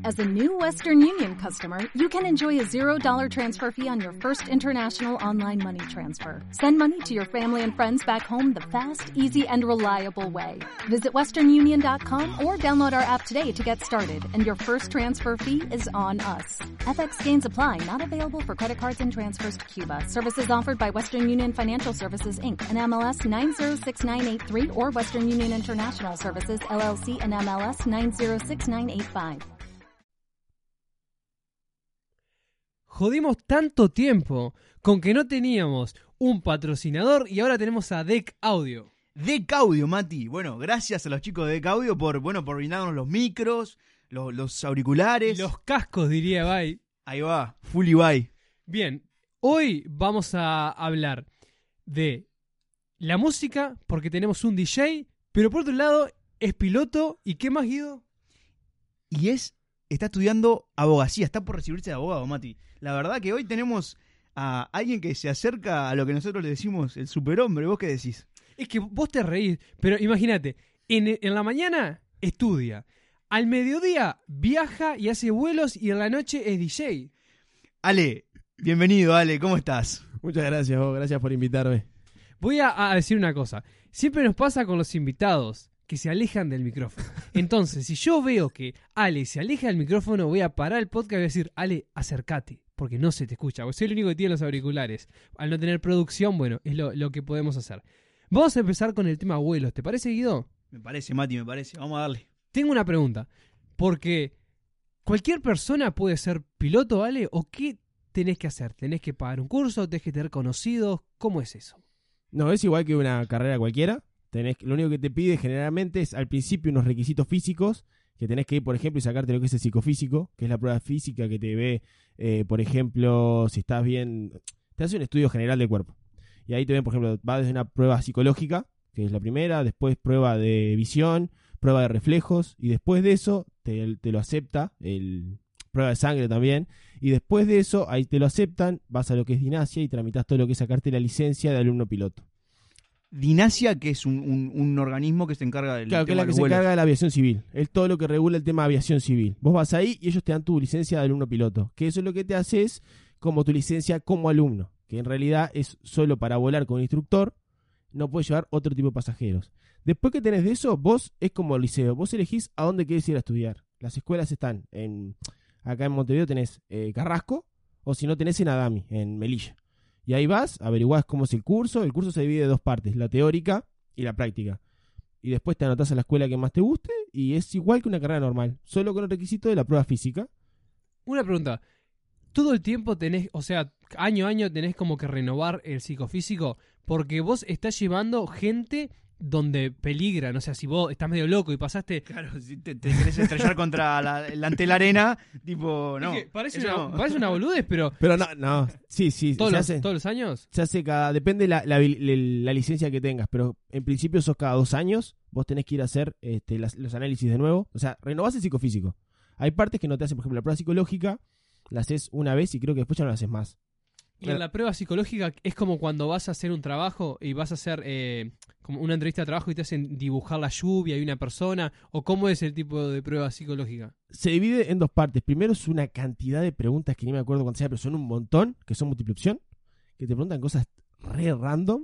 As a new Western Union customer, you can enjoy a $0 transfer fee on your first international online money transfer. Send money to your family and friends back home the fast, easy, and reliable way. Visit westernunion.com or download our app today to get started, and your first transfer fee is on us. FX gains apply, not available for credit cards and transfers to Cuba. Services offered by Western Union Financial Services, Inc., and MLS 906983, or Western Union International Services, LLC, and MLS 906985. Jodimos tanto tiempo con que no teníamos un patrocinador y ahora tenemos a DEC Audio. DEC Audio, Mati. Bueno, gracias a los chicos de DEC Audio por brindarnos los micros, los auriculares. Los cascos, diría Ibai. Ahí va, full Ibai. Bien, hoy vamos a hablar de la música porque tenemos un DJ, pero por otro lado es piloto. ¿Y qué más, Guido? Y está estudiando abogacía, está por recibirse de abogado, Mati. La verdad que hoy tenemos a alguien que se acerca a lo que nosotros le decimos el superhombre. ¿Vos qué decís? Es que vos te reís, pero imagínate, en la mañana estudia, al mediodía viaja y hace vuelos y en la noche es DJ. Ale, bienvenido, Ale, ¿cómo estás? Muchas gracias, vos, gracias por invitarme. Voy a decir una cosa, siempre nos pasa con los invitados que se alejan del micrófono. Entonces, si yo veo que Ale se aleja del micrófono, voy a parar el podcast y voy a decir, Ale, acércate, porque no se te escucha. Porque soy el único que tiene los auriculares. Al no tener producción, bueno, es lo que podemos hacer. Vamos a empezar con el tema vuelos. ¿Te parece, Guido? Me parece, Mati, me parece. Vamos a darle. Tengo una pregunta. Porque cualquier persona puede ser piloto, Ale, ¿o qué tenés que hacer? ¿Tenés que pagar un curso? ¿Tenés que tener conocidos? ¿Cómo es eso? No, es igual que una carrera cualquiera. Lo único que te pide generalmente es al principio unos requisitos físicos, que tenés que ir, por ejemplo, y sacarte lo que es el psicofísico, que es la prueba física que te ve, por ejemplo, si estás bien, te hace un estudio general del cuerpo. Y ahí te ven, por ejemplo, va desde una prueba psicológica, que es la primera, después prueba de visión, prueba de reflejos, y después de eso te lo acepta, prueba de sangre también, y después de eso, ahí te lo aceptan, vas a lo que es Dinasia y tramitas todo lo que es sacarte la licencia de alumno piloto. Dinasia, que es un organismo que se encarga del claro, tema que es la que se encarga de la aviación civil. Es todo lo que regula el tema de aviación civil. Vos vas ahí y ellos te dan tu licencia de alumno piloto. Que eso es lo que te hace es como tu licencia como alumno. Que en realidad es solo para volar con un instructor. No puedes llevar otro tipo de pasajeros. Después que tenés de eso, vos es como el liceo. Vos elegís a dónde querés ir a estudiar. Las escuelas están acá en Montevideo tenés Carrasco. O si no tenés en Adami, en Melilla. Y ahí vas, averiguás cómo es el curso. El curso se divide de dos partes, la teórica y la práctica. Y después te anotás a la escuela que más te guste y es igual que una carrera normal, solo con el requisito de la prueba física. Una pregunta, ¿todo el tiempo tenés, o sea, año a año tenés como que renovar el psicofísico? Porque vos estás llevando gente donde peligran, o sea, si vos estás medio loco y pasaste... Claro, si te querés estrellar contra ante la arena, tipo, no. Es que parece una boludez, pero... Pero no, sí. ¿Todos los años? Se hace depende de la licencia que tengas, pero en principio sos cada 2 años, vos tenés que ir a hacer los análisis de nuevo, o sea, renovás el psicofísico. Hay partes que no te hacen, por ejemplo, la prueba psicológica, la haces una vez y creo que después ya no la haces más. Y en la prueba psicológica es como cuando vas a hacer un trabajo y vas a hacer como una entrevista de trabajo y te hacen dibujar la lluvia y una persona, o cómo es el tipo de prueba psicológica. Se divide en dos partes. Primero es una cantidad de preguntas que ni me acuerdo cuántas sea, pero son un montón, que son múltiple opción, que te preguntan cosas re random.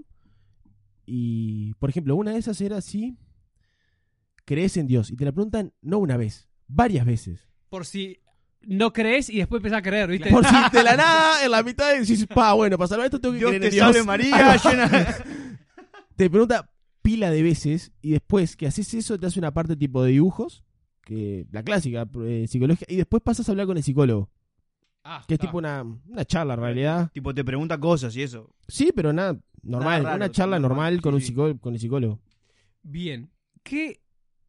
Y, por ejemplo, una de esas era si crees en Dios. Y te la preguntan no una vez, varias veces. Por si... no crees y después empezás a creer, ¿viste? Por si de la nada, en la mitad decís, bueno, para salvar esto tengo que Dios creer te en Dios. salve María, llena... Te pregunta pila de veces y después que haces eso te hace una parte tipo de dibujos, que la clásica psicología, y después pasas a hablar con el psicólogo. Que es tipo una charla en realidad. Tipo te pregunta cosas y eso. Sí, pero nada, normal, Nada raro, una charla normal con sí. con el psicólogo. Bien, ¿qué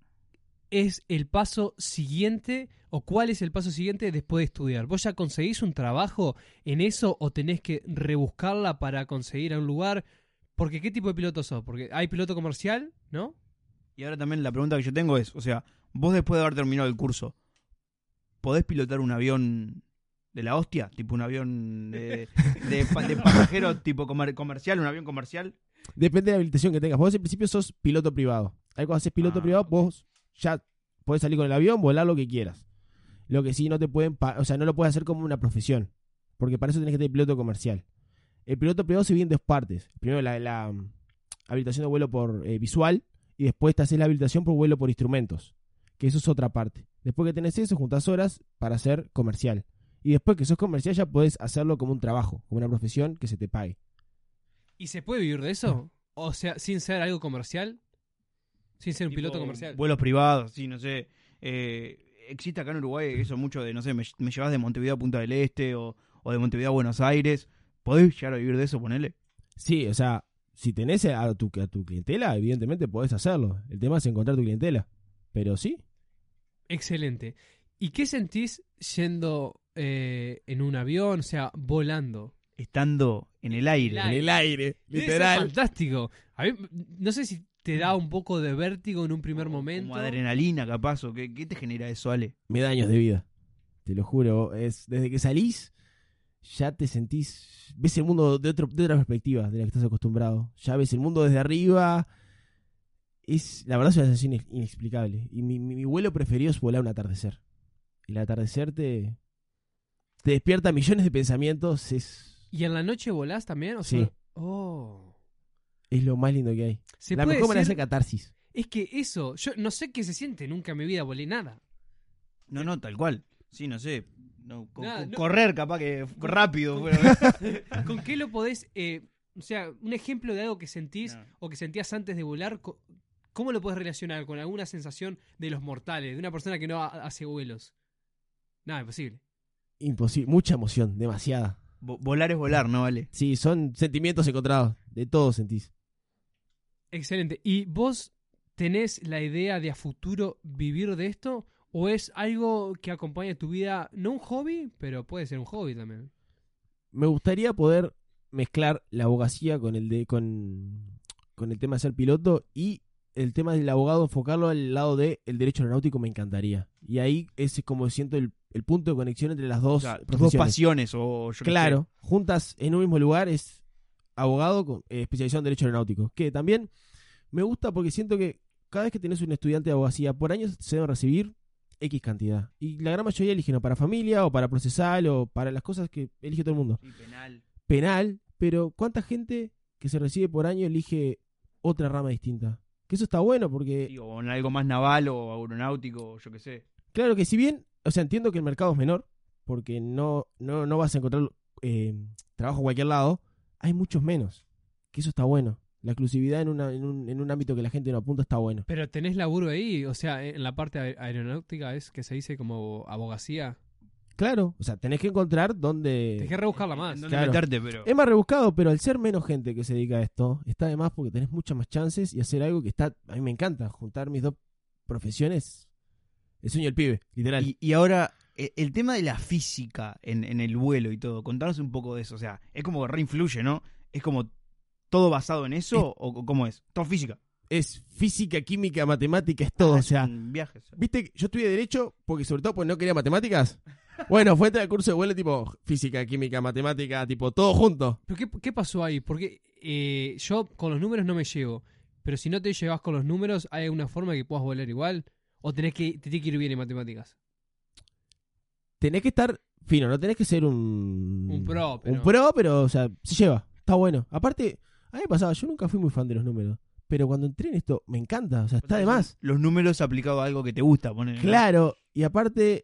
es el paso siguiente o cuál es el paso siguiente después de estudiar? ¿Vos ya conseguís un trabajo en eso o tenés que rebuscarla para conseguir a un lugar? Porque ¿qué tipo de piloto sos? Porque hay piloto comercial, ¿no? Y ahora también la pregunta que yo tengo es, o sea, vos después de haber terminado el curso, ¿podés pilotar un avión de la hostia? Tipo un avión de pasajero tipo comercial, un avión comercial. Depende de la habilitación que tengas. Vos en principio sos piloto privado. Ahí cuando haces piloto privado, vos ya podés salir con el avión, volar lo que quieras. Lo que sí no te pueden, o sea, no lo puedes hacer como una profesión, porque para eso tenés que tener piloto comercial. El piloto privado se divide en dos partes. Primero la habilitación de vuelo por visual y después te haces la habilitación por vuelo por instrumentos, que eso es otra parte. Después que tenés eso, juntas horas para hacer comercial. Y después que sos comercial ya podés hacerlo como un trabajo, como una profesión que se te pague. ¿Y se puede vivir de eso? O sea, sin ser algo comercial, sin ser un Tipo, piloto comercial. Vuelos privados, sí, no sé. Existe acá en Uruguay eso mucho de, no sé, me llevas de Montevideo a Punta del Este o de Montevideo a Buenos Aires. ¿Podés llegar a vivir de eso, ponele? Sí, o sea, si tenés a tu clientela, evidentemente podés hacerlo. El tema es encontrar tu clientela. Pero sí. Excelente. ¿Y qué sentís yendo en un avión, o sea, volando? Estando en el aire. En el aire, Debe ser fantástico. A mí, no sé si te da un poco de vértigo en un primer momento. Como adrenalina, capaz. ¿O qué te genera eso, Ale? Me da años de vida. Te lo juro. Desde que salís, ya te sentís. Ves el mundo de otra perspectiva de la que estás acostumbrado. Ya ves el mundo desde arriba. La verdad es una sensación inexplicable. Y mi vuelo preferido es volar un atardecer. El atardecer te despierta millones de pensamientos. ¿Y en la noche volás también? O Sí. sea, oh. Es lo más lindo que hay. ¿Se La puede mejor manera de decir? hacer catarsis. Es que eso, yo no sé qué se siente, nunca en mi vida volé nada. No, tal cual. Sí, no sé. No, Nada, no. Correr, capaz que rápido. Bueno. ¿Con qué lo podés, o sea, un ejemplo de algo que sentís No. o que sentías antes de volar, ¿cómo lo podés relacionar con alguna sensación de los mortales, de una persona que no hace vuelos? Nada, imposible. Imposible. Mucha emoción. Demasiada. Volar es volar, ¿no, Ale? Sí, son sentimientos encontrados. De todo sentís. Excelente. ¿Y vos tenés la idea de a futuro vivir de esto? ¿O es algo que acompaña tu vida? No un hobby, pero puede ser un hobby también. Me gustaría poder mezclar la abogacía con el tema de ser piloto y el tema del abogado, enfocarlo al lado del derecho aeronáutico me encantaría. Y ahí ese es como siento el punto de conexión entre las dos O sea, tus dos profesiones. pasiones o yo qué Claro, juntas en un mismo lugar es abogado con especializado en derecho aeronáutico. Que también me gusta porque siento que cada vez que tenés un estudiante de abogacía, por año se debe recibir X cantidad. Y la gran mayoría eligen o para familia o para procesal o para las cosas que elige todo el mundo. sé. Sí, penal. Penal, pero ¿cuánta gente que se recibe por año elige otra rama distinta? Que eso está bueno porque, Sí, o en algo más naval o aeronáutico, o yo qué sé. claro que si bien, o sea, entiendo que el mercado es menor, porque no vas a encontrar trabajo en cualquier lado, hay muchos menos. Que eso está bueno. La exclusividad en un ámbito que la gente no apunta está bueno. Pero tenés laburo ahí, o sea, en la parte aeronáutica es que se dice como abogacía. Claro, o sea, tenés que encontrar dónde... Tenés que rebuscarla más. ¿En dónde Claro. meterte, pero... Es más rebuscado, pero al ser menos gente que se dedica a esto, está de más porque tenés muchas más chances y hacer algo que está... A mí me encanta, juntar mis dos profesiones. El sueño del pibe, literal. Y ahora, el tema de la física en el vuelo y todo, contanos un poco de eso. O sea, es como que reinfluye, ¿no? ¿Es como todo basado en eso o cómo es? Todo física. Es física, química, matemática, es todo. O sea, un viaje. viste, que yo estudié Derecho porque sobre todo porque no quería matemáticas. Bueno, fue entrar al curso de vuelo tipo física, química, matemática, tipo todo junto. ¿Pero qué pasó ahí? Porque yo con los números no me llevo. Pero si no te llevas con los números, ¿hay alguna forma de que puedas volar igual? ¿O te tiene que ir bien en matemáticas? Tenés que estar fino, no tenés que ser un pro, pero- Un pro, pero, o sea, se lleva. Está bueno. Aparte, a mí me pasaba, yo nunca fui muy fan de los números. Pero cuando entré en esto, me encanta. O sea, está de más. Los números aplicados a algo que te gusta, poner. Claro. Y aparte,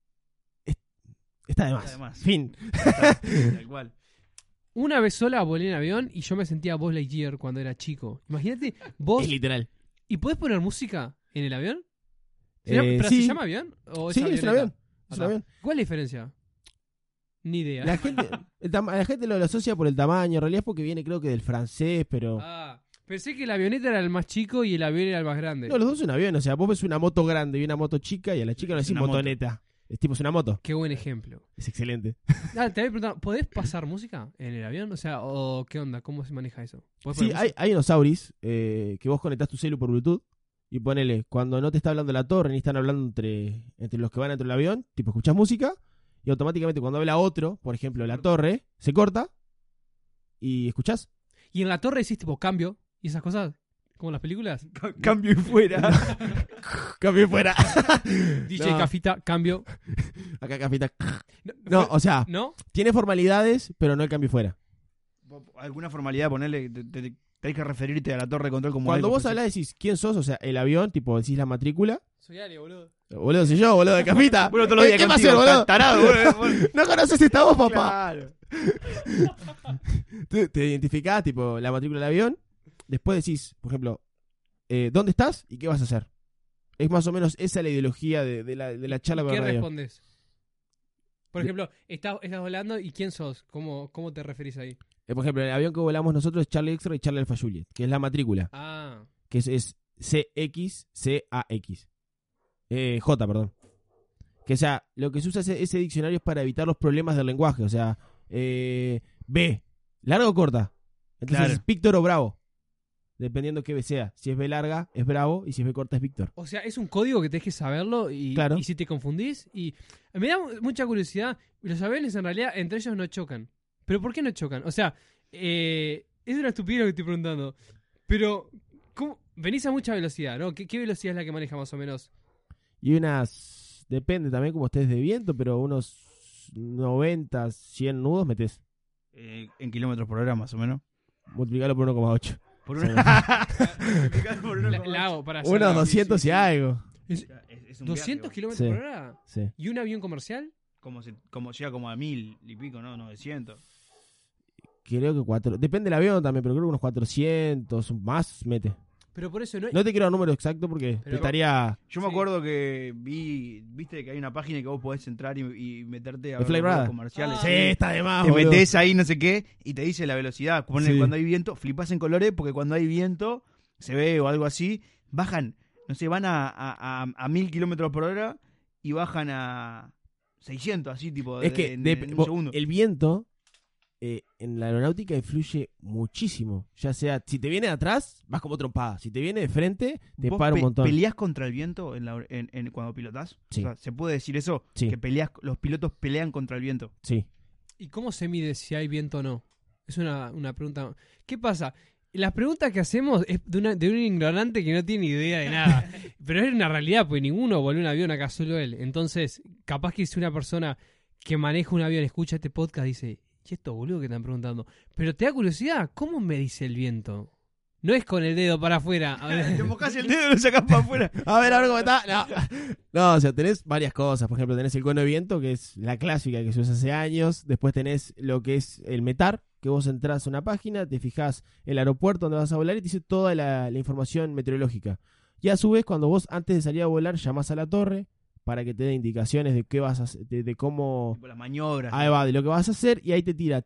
está de más. Está de más. Fin. Tal cual. Una vez sola volé en avión y yo me sentía Buzz Lightyear cuando era chico. Imagínate, vos... Es literal. ¿Y podés poner música en el avión? ¿Pero sí. se llama avión? ¿O Sí, es un avioneta? avión. Es un Acá. avión. ¿Cuál es la diferencia? Ni idea. La gente, la gente lo asocia por el tamaño. En realidad es porque viene, creo que del francés, pero. Ah, pensé que la avioneta era el más chico y el avión era el más grande. No, los dos son aviones. O sea, vos ves una moto grande y una moto chica y a la chica no le decís Una moto. motoneta. Es tipo, es una moto. Qué buen ejemplo. Es excelente. Ah, te había preguntado, ¿podés pasar música en el avión? O sea, ¿o qué onda? ¿Cómo se maneja eso? ¿Podés Sí, poner hay unos auris que vos conectás tu celu por Bluetooth y ponele, cuando no te está hablando la torre ni están hablando entre los que van dentro del avión, tipo escuchás música y automáticamente cuando habla otro, por ejemplo la torre, se corta y escuchás. Y en la torre decís tipo cambio y esas cosas. ¿Como las películas? Cambio y fuera. Cambio fuera. DJ No. Cafita, cambio. Acá Cafita. No, o sea, ¿No? tiene formalidades, pero no el cambio fuera. Alguna formalidad, ponerle, tenés que referirte a la torre de control como Cuando algo vos hablás decís quién sos, o sea, el avión, tipo decís la matrícula. Soy Ale, boludo. Boludo, soy yo, boludo, de Cafita. Bueno, todos los días ¿Qué contigo, pasó, boludo? tarado, boludo. ¿No conoces esta voz, papá? Claro. Te identificás, tipo, la matrícula del avión. Después decís, por ejemplo, ¿dónde estás y qué vas a hacer? Es más o menos esa la ideología de la charla con ¿Qué la radio. respondes? Por ejemplo, estás volando y ¿quién sos? ¿Cómo te referís ahí? Por ejemplo, el avión que volamos nosotros es Charlie Extra y Charlie Alpha Juliet, que es la matrícula, Ah, que es CXCAX. J, perdón. Que o sea, lo que se usa ese diccionario es para evitar los problemas del lenguaje. O sea, B, larga o corta. Entonces Claro. es Víctor o Bravo. Dependiendo qué B sea. Si es B larga, es Bravo. Y si es B corta, es Víctor. o sea, es un código que tenés que saberlo y, Claro. y si te confundís. Y me da mucha curiosidad. Los aviones en realidad entre ellos no chocan. ¿Pero por qué no chocan? O sea, es una estupidez lo que estoy preguntando. Pero, ¿cómo? Venís a mucha velocidad, ¿no? ¿Qué velocidad es la que maneja más o menos? Y unas... Depende también cómo estés de viento, pero unos 90, 100 nudos metes. En kilómetros por hora, más o menos. Multiplicarlo por 1,8. Por Multiplicado por La hago para hacer. Unos 200 y algo. Es Es un 200 viaje, kilómetros Sí. por hora. Sí. ¿Y un avión comercial? como llega como a 1000 y pico, ¿no? 900. Creo que 4. Depende del avión también, pero creo que unos 400 más mete. Pero por eso no hay... No te quiero dar número exacto porque Pero- estaría... Yo me Sí. acuerdo que viste que hay una página que vos podés entrar y meterte a ¿De ver Flight los Radar? comerciales. Ah. Sí, está de más, Te boludo. metés ahí, no sé qué, y te dice la velocidad. Ponele Sí. cuando hay viento, flipás en colores, porque cuando hay viento, se ve o algo así, bajan, no sé, van a 1000 kilómetros por hora y bajan a 600, así, tipo, Es que en un segundo. el viento en la aeronáutica influye muchísimo. Ya sea, si te viene de atrás, vas como trompada. Si te viene de frente, te ¿Vos para un montón. ¿Peleás contra el viento cuando pilotás? Sí. O sea, ¿se puede decir eso? Sí. Que los pilotos pelean contra el viento. Sí. ¿Y cómo se mide si hay viento o no? Es una pregunta. ¿Qué pasa? Las preguntas que hacemos es de un ignorante que no tiene idea de nada. Pero es una realidad, porque ninguno voló un avión acá, solo él. Entonces, capaz que si una persona que maneja un avión escucha este podcast dice, ¿y esto boludo que están preguntando? Pero te da curiosidad, ¿cómo me dice el viento? No es con el dedo para afuera. Te mojás el dedo y lo sacás para afuera. A ver cómo está. No, o sea, tenés varias cosas. Por ejemplo, tenés el cono de viento, que es la clásica que se usa hace años. Después tenés lo que es el METAR, que vos entrás a una página, te fijás el aeropuerto donde vas a volar y te dice toda la información meteorológica. Y a su vez, cuando vos antes de salir a volar llamás a la torre para que te dé indicaciones de qué vas a hacer, de cómo... Tipo las maniobras. Ahí va, de lo que vas a hacer, y ahí te tira,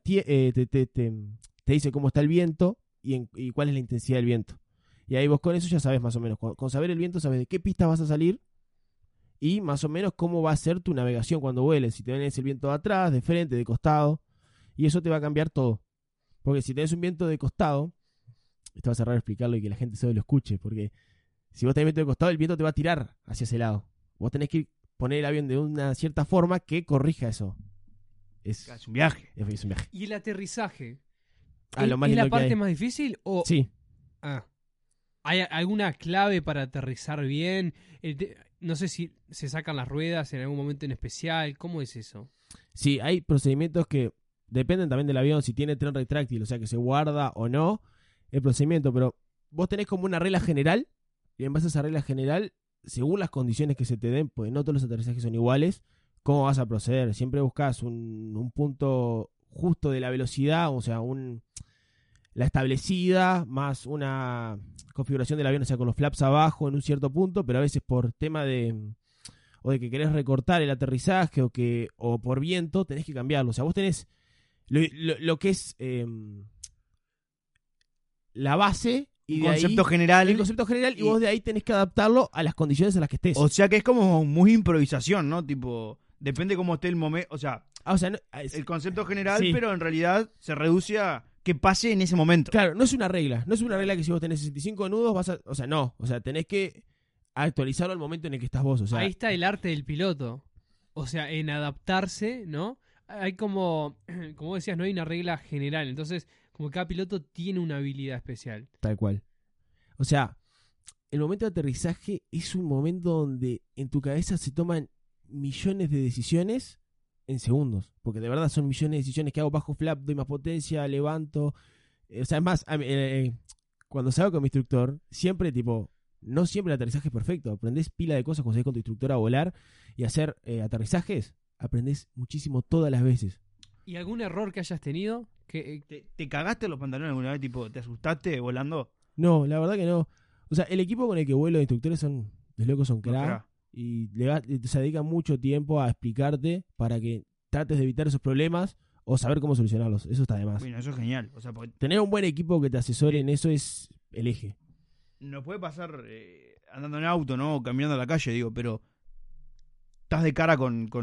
te dice cómo está el viento y cuál es la intensidad del viento. Y ahí vos con eso ya sabes más o menos. Con saber el viento sabes de qué pista vas a salir y más o menos cómo va a ser tu navegación cuando vueles. Si tenés el viento de atrás, de frente, de costado. Y eso te va a cambiar todo. Porque si tenés un viento de costado, esto va a ser raro explicarlo y que la gente solo lo escuche, porque si vos tenés viento de costado, el viento te va a tirar hacia ese lado. Vos tenés que poner el avión de una cierta forma que corrija eso. Es Es un viaje. un viaje. ¿Y el aterrizaje? Lo más ¿Es la lindo que parte hay. más difícil o...? Sí. Ah. ¿Hay alguna clave para aterrizar bien? No sé si se sacan las ruedas en algún momento en especial. ¿Cómo es eso? Sí, hay procedimientos que dependen también del avión, si tiene tren retráctil, o sea que se guarda o no el procedimiento, pero vos tenés como una regla general y en base a esa regla general, según las condiciones que se te den, pues no todos los aterrizajes son iguales, ¿cómo vas a proceder? Siempre buscas un punto justo de la velocidad, o sea, la establecida más una configuración del avión, o sea, con los flaps abajo en un cierto punto, pero a veces por tema de que querés recortar el aterrizaje o por viento, tenés que cambiarlo. O sea, vos tenés lo que es la base y de Concepto ahí, general. el concepto general y vos de ahí tenés que adaptarlo a las condiciones en las que estés. O sea que es como muy improvisación, ¿no? Tipo, depende cómo esté el momento. O sea, no, el concepto general, Sí. pero en realidad se reduce a que pase en ese momento. claro, no es una regla. No es una regla que si vos tenés 65 nudos vas a... O sea, no. O sea, tenés que actualizarlo al momento en el que estás vos. O sea, Ahí está el arte del piloto. O sea, en adaptarse, ¿no? Hay como decías, no hay una regla general. Entonces, como cada piloto tiene una habilidad especial. tal cual. O sea, el momento de aterrizaje es un momento donde en tu cabeza se toman millones de decisiones en segundos. Porque de verdad son millones de decisiones que hago bajo flap, doy más potencia, levanto. O sea, es más, cuando salgo con mi instructor, siempre tipo, no siempre el aterrizaje es perfecto. Aprendés pila de cosas cuando salís con tu instructor a volar y hacer aterrizajes. Aprendés muchísimo todas las veces. ¿Y algún error que hayas tenido? ¿Te cagaste los pantalones alguna vez? Tipo, ¿te asustaste volando? No, la verdad que no. O sea, el equipo con el que vuelo de instructores son, los locos son No, crack. crack. Y se dedican mucho tiempo a explicarte para que trates de evitar esos problemas o saber cómo solucionarlos. Eso está de más. Bueno, eso es genial. O sea, porque Tener un buen equipo que te asesore en eso es el eje. nos puede pasar andando en auto, ¿no? O caminando a la calle, digo, pero estás de cara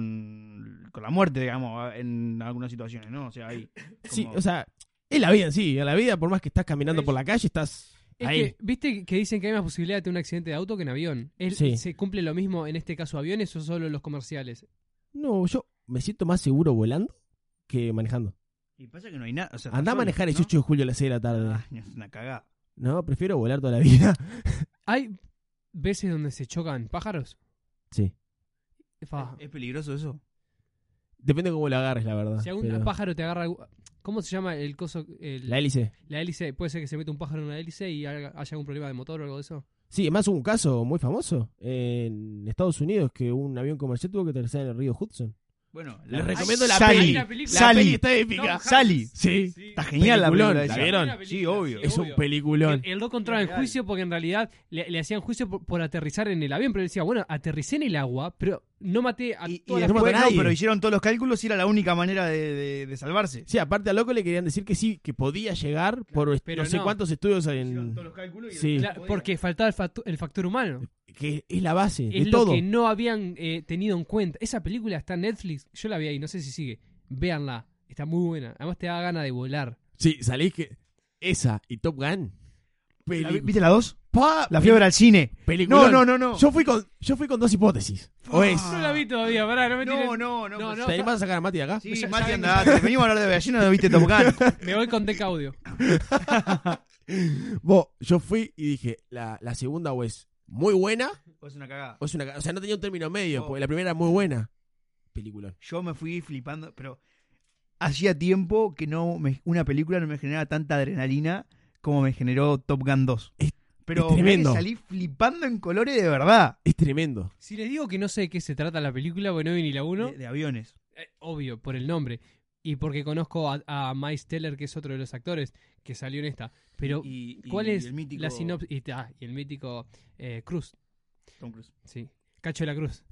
con la muerte, digamos, en algunas situaciones, ¿no? O sea, ahí. Sí, como- o sea, es la vida en sí. En la vida, por más que estás caminando por la calle, estás Es ahí. que, viste que dicen que hay más posibilidad de tener un accidente de auto que en avión. Sí. ¿Se cumple lo mismo en este caso aviones o solo los comerciales? No, yo me siento más seguro volando que manejando. Y pasa que no hay nada. O sea, Andá a estás manejar el solo, 18 de julio a las 6 de la tarde. ¿no? Ah, es una cagada. No, prefiero volar toda la vida. ¿Hay veces donde se chocan pájaros? Sí. Fa. ¿Es peligroso eso? Depende cómo lo agarres, la verdad. Si algún pero- pájaro te agarra... ¿Cómo se llama el coso? La hélice. La hélice, puede ser que se meta un pájaro en una hélice y haya algún problema de motor o algo de eso. Sí, además hubo un caso muy famoso en Estados Unidos que un avión comercial tuvo que aterrizar en el río Hudson. Bueno, Les recomiendo la Sally. peli. Hay una película. La Sally. peli está épica. Tom Hanks. Sally. Sí. Está genial la Peliculón, película ¿la esa. vieron? Una película, Sí, obvio. Es un obvio. peliculón. El loco entraba en Real. juicio porque en realidad le hacían juicio por aterrizar en el avión, pero él decía, bueno, aterricé en el agua, pero no maté a Y toda la no después, mató a no, nadie. pero hicieron todos los cálculos y era la única manera de salvarse. Sí, aparte al loco le querían decir que sí, que podía llegar por pero no sé no. cuántos estudios Hicieron en... todos los cálculos y Sí. Claro, porque faltaba el factor humano. que es la base Es de lo todo. que no habían tenido en cuenta. Esa película está en Netflix, yo la vi ahí, no sé si sigue. Véanla, está muy buena. Además te da ganas de volar. Sí, salís que... Esa y Top Gun. ¿Viste la 2? Pa- La fiebre al cine. Peliculón. No. Yo fui con dos hipótesis. O es... No la vi todavía, pará, no me tires. No. No, ¿Te animás a sacar a Mati de acá? Sí, Ya Mati, saben andate. Venimos a hablar de aviación, no viste Top Gun. Me voy con Tech Audio. Yo fui y dije, la segunda o es muy buena Es una cagada. o es una... O sea, no tenía un término medio, Oh. porque la primera era muy buena. Peliculón. Yo me fui flipando, pero hacía tiempo que una película no me generaba tanta adrenalina como me generó Top Gun 2. Pero es tremendo. me salí flipando en colores de verdad. Es tremendo. Si les digo que no sé de qué se trata la película, bueno, no vi ni la 1, De aviones. obvio, por el nombre. Y porque conozco a Miles Teller, que es otro de los actores que salió en esta. Pero, Y ¿cuál es el mítico la sinopsis? Y el mítico Cruz, Tom Cruise. sí. Cacho de la Cruz.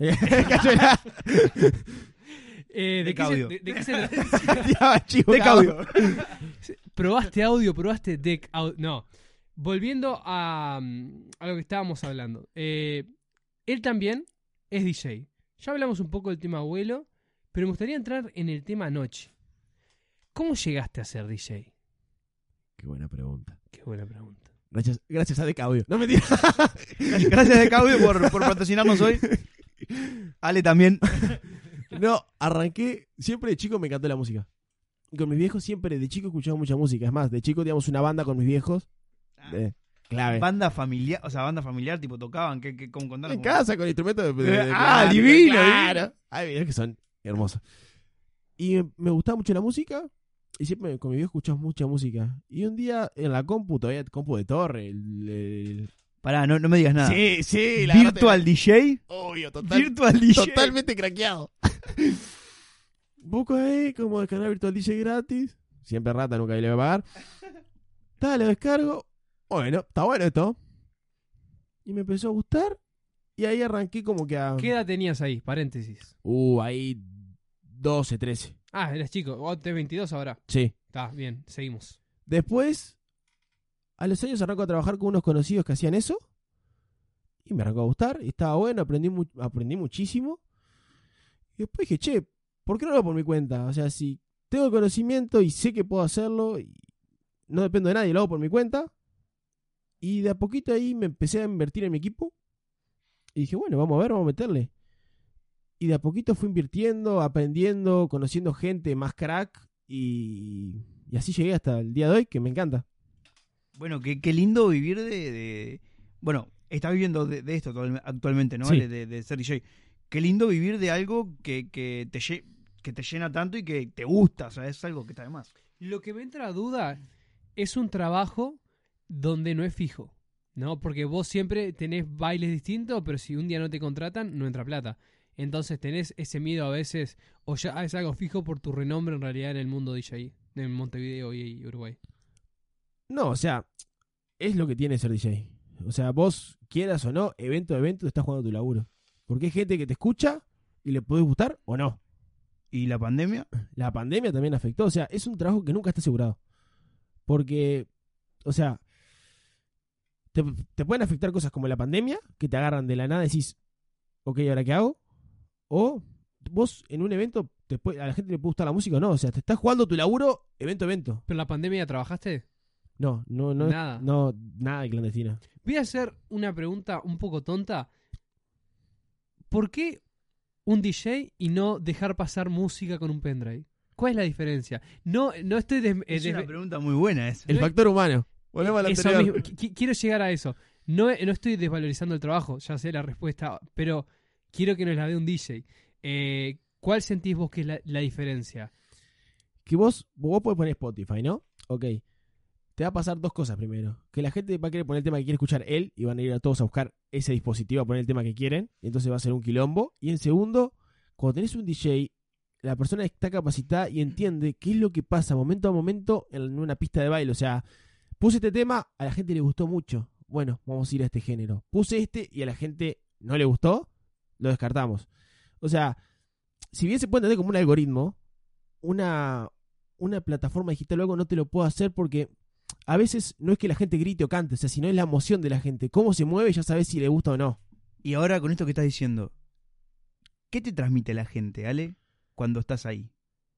¿De Deck qué se- Audio. de qué se trata? De Caudio. ¿Probaste audio? ¿Probaste Deck Audio? No. Volviendo a lo que estábamos hablando. Él también es DJ. Ya hablamos un poco del tema abuelo, pero me gustaría entrar en el tema noche. ¿Cómo llegaste a ser DJ? Qué buena pregunta. Qué buena pregunta. Gracias a Decaudio. No me digas. Gracias de Caudio por patrocinarnos hoy. Ale también. No, arranqué. Siempre de chico me encantó la música. Y con mis viejos siempre de chico escuchaba mucha música. Es más, de chico teníamos una banda con mis viejos. Clave. Banda familiar, o sea, banda familiar, tipo tocaban, ¿cómo contaron? En casa con instrumentos de Ah, plástico, divino, claro. Ay, mirá que son hermosos. Y me gustaba mucho la música. Y siempre con mi viejo escuchamos mucha música. Y un día en la compu, todavía compu de torre. Pará, no me digas nada. Sí, sí, la Virtual DJ. Obvio, total, Virtual DJ. totalmente craqueado. Busco ahí como descargar Virtual DJ gratis. Siempre rata, nunca le voy a pagar. Lo descargo. Bueno, está bueno esto. Y me empezó a gustar. Y ahí arranqué como que a... ¿Qué edad tenías ahí? Paréntesis. Ahí 12, 13. Ah, eras chico. Vos tenés 22 ahora. Sí. Está bien, seguimos. Después, a los años arranco a trabajar con unos conocidos que hacían eso. Y me arrancó a gustar. Y estaba bueno, aprendí muchísimo. Y después dije, che, ¿por qué no lo hago por mi cuenta? O sea, si tengo el conocimiento y sé que puedo hacerlo, y no dependo de nadie, lo hago por mi cuenta. Y de a poquito ahí me empecé a invertir en mi equipo. Y dije, bueno, vamos a meterle. Y de a poquito fui invirtiendo, aprendiendo, conociendo gente más crack. Y así llegué hasta el día de hoy, que me encanta. Bueno, qué lindo vivir bueno, estás viviendo de esto actualmente, ¿no? Sí. De ser DJ. Qué lindo vivir de algo que te llena tanto y que te gusta, o sea, es algo que está de más. Lo que me entra a duda es un trabajo donde no es fijo, ¿no? Porque vos siempre tenés bailes distintos, pero si un día no te contratan, no entra plata. Entonces tenés ese miedo a veces, o ya es algo fijo por tu renombre en realidad en el mundo DJ, en Montevideo y Uruguay. No, o sea, es lo que tiene ser DJ. O sea, vos quieras o no, evento a evento, estás jugando tu laburo. Porque hay gente que te escucha y le podés gustar o no. ¿Y la pandemia? La pandemia también afectó. O sea, es un trabajo que nunca está asegurado. Porque, o sea, te pueden afectar cosas como la pandemia, que te agarran de la nada y decís, ok, ¿ahora qué hago? O vos en un evento, a la gente le puede gustar la música o no. O sea, te estás jugando tu laburo evento a evento. ¿Pero en la pandemia trabajaste? No, Nada. Nada de clandestina. Voy a hacer una pregunta un poco tonta. ¿Por qué un DJ y no dejar pasar música con un pendrive? ¿Cuál es la diferencia? No estoy... Es una pregunta muy buena esa. El factor humano. Volvemos a la Eso anterior. mismo, quiero llegar a eso. No estoy desvalorizando el trabajo, ya sé la respuesta, pero quiero que nos la dé un DJ. ¿Cuál sentís vos que es la diferencia? Que vos podés poner Spotify, ¿no? Ok. Te va a pasar dos cosas primero. Que la gente va a querer poner el tema que quiere escuchar él y van a ir a todos a buscar ese dispositivo a poner el tema que quieren. Y entonces va a ser un quilombo. Y en segundo, cuando tenés un DJ, la persona está capacitada y entiende qué es lo que pasa momento a momento en una pista de baile. O sea, puse este tema, a la gente le gustó mucho. Bueno, vamos a ir a este género. Puse este y a la gente no le gustó, lo descartamos. O sea, si bien se puede entender como un algoritmo, una plataforma digital luego no te lo puede hacer porque a veces no es que la gente grite o cante, o sea, sino es la emoción de la gente. Cómo se mueve, ya sabes si le gusta o no. Y ahora con esto que estás diciendo, ¿qué te transmite la gente, Ale, cuando estás ahí?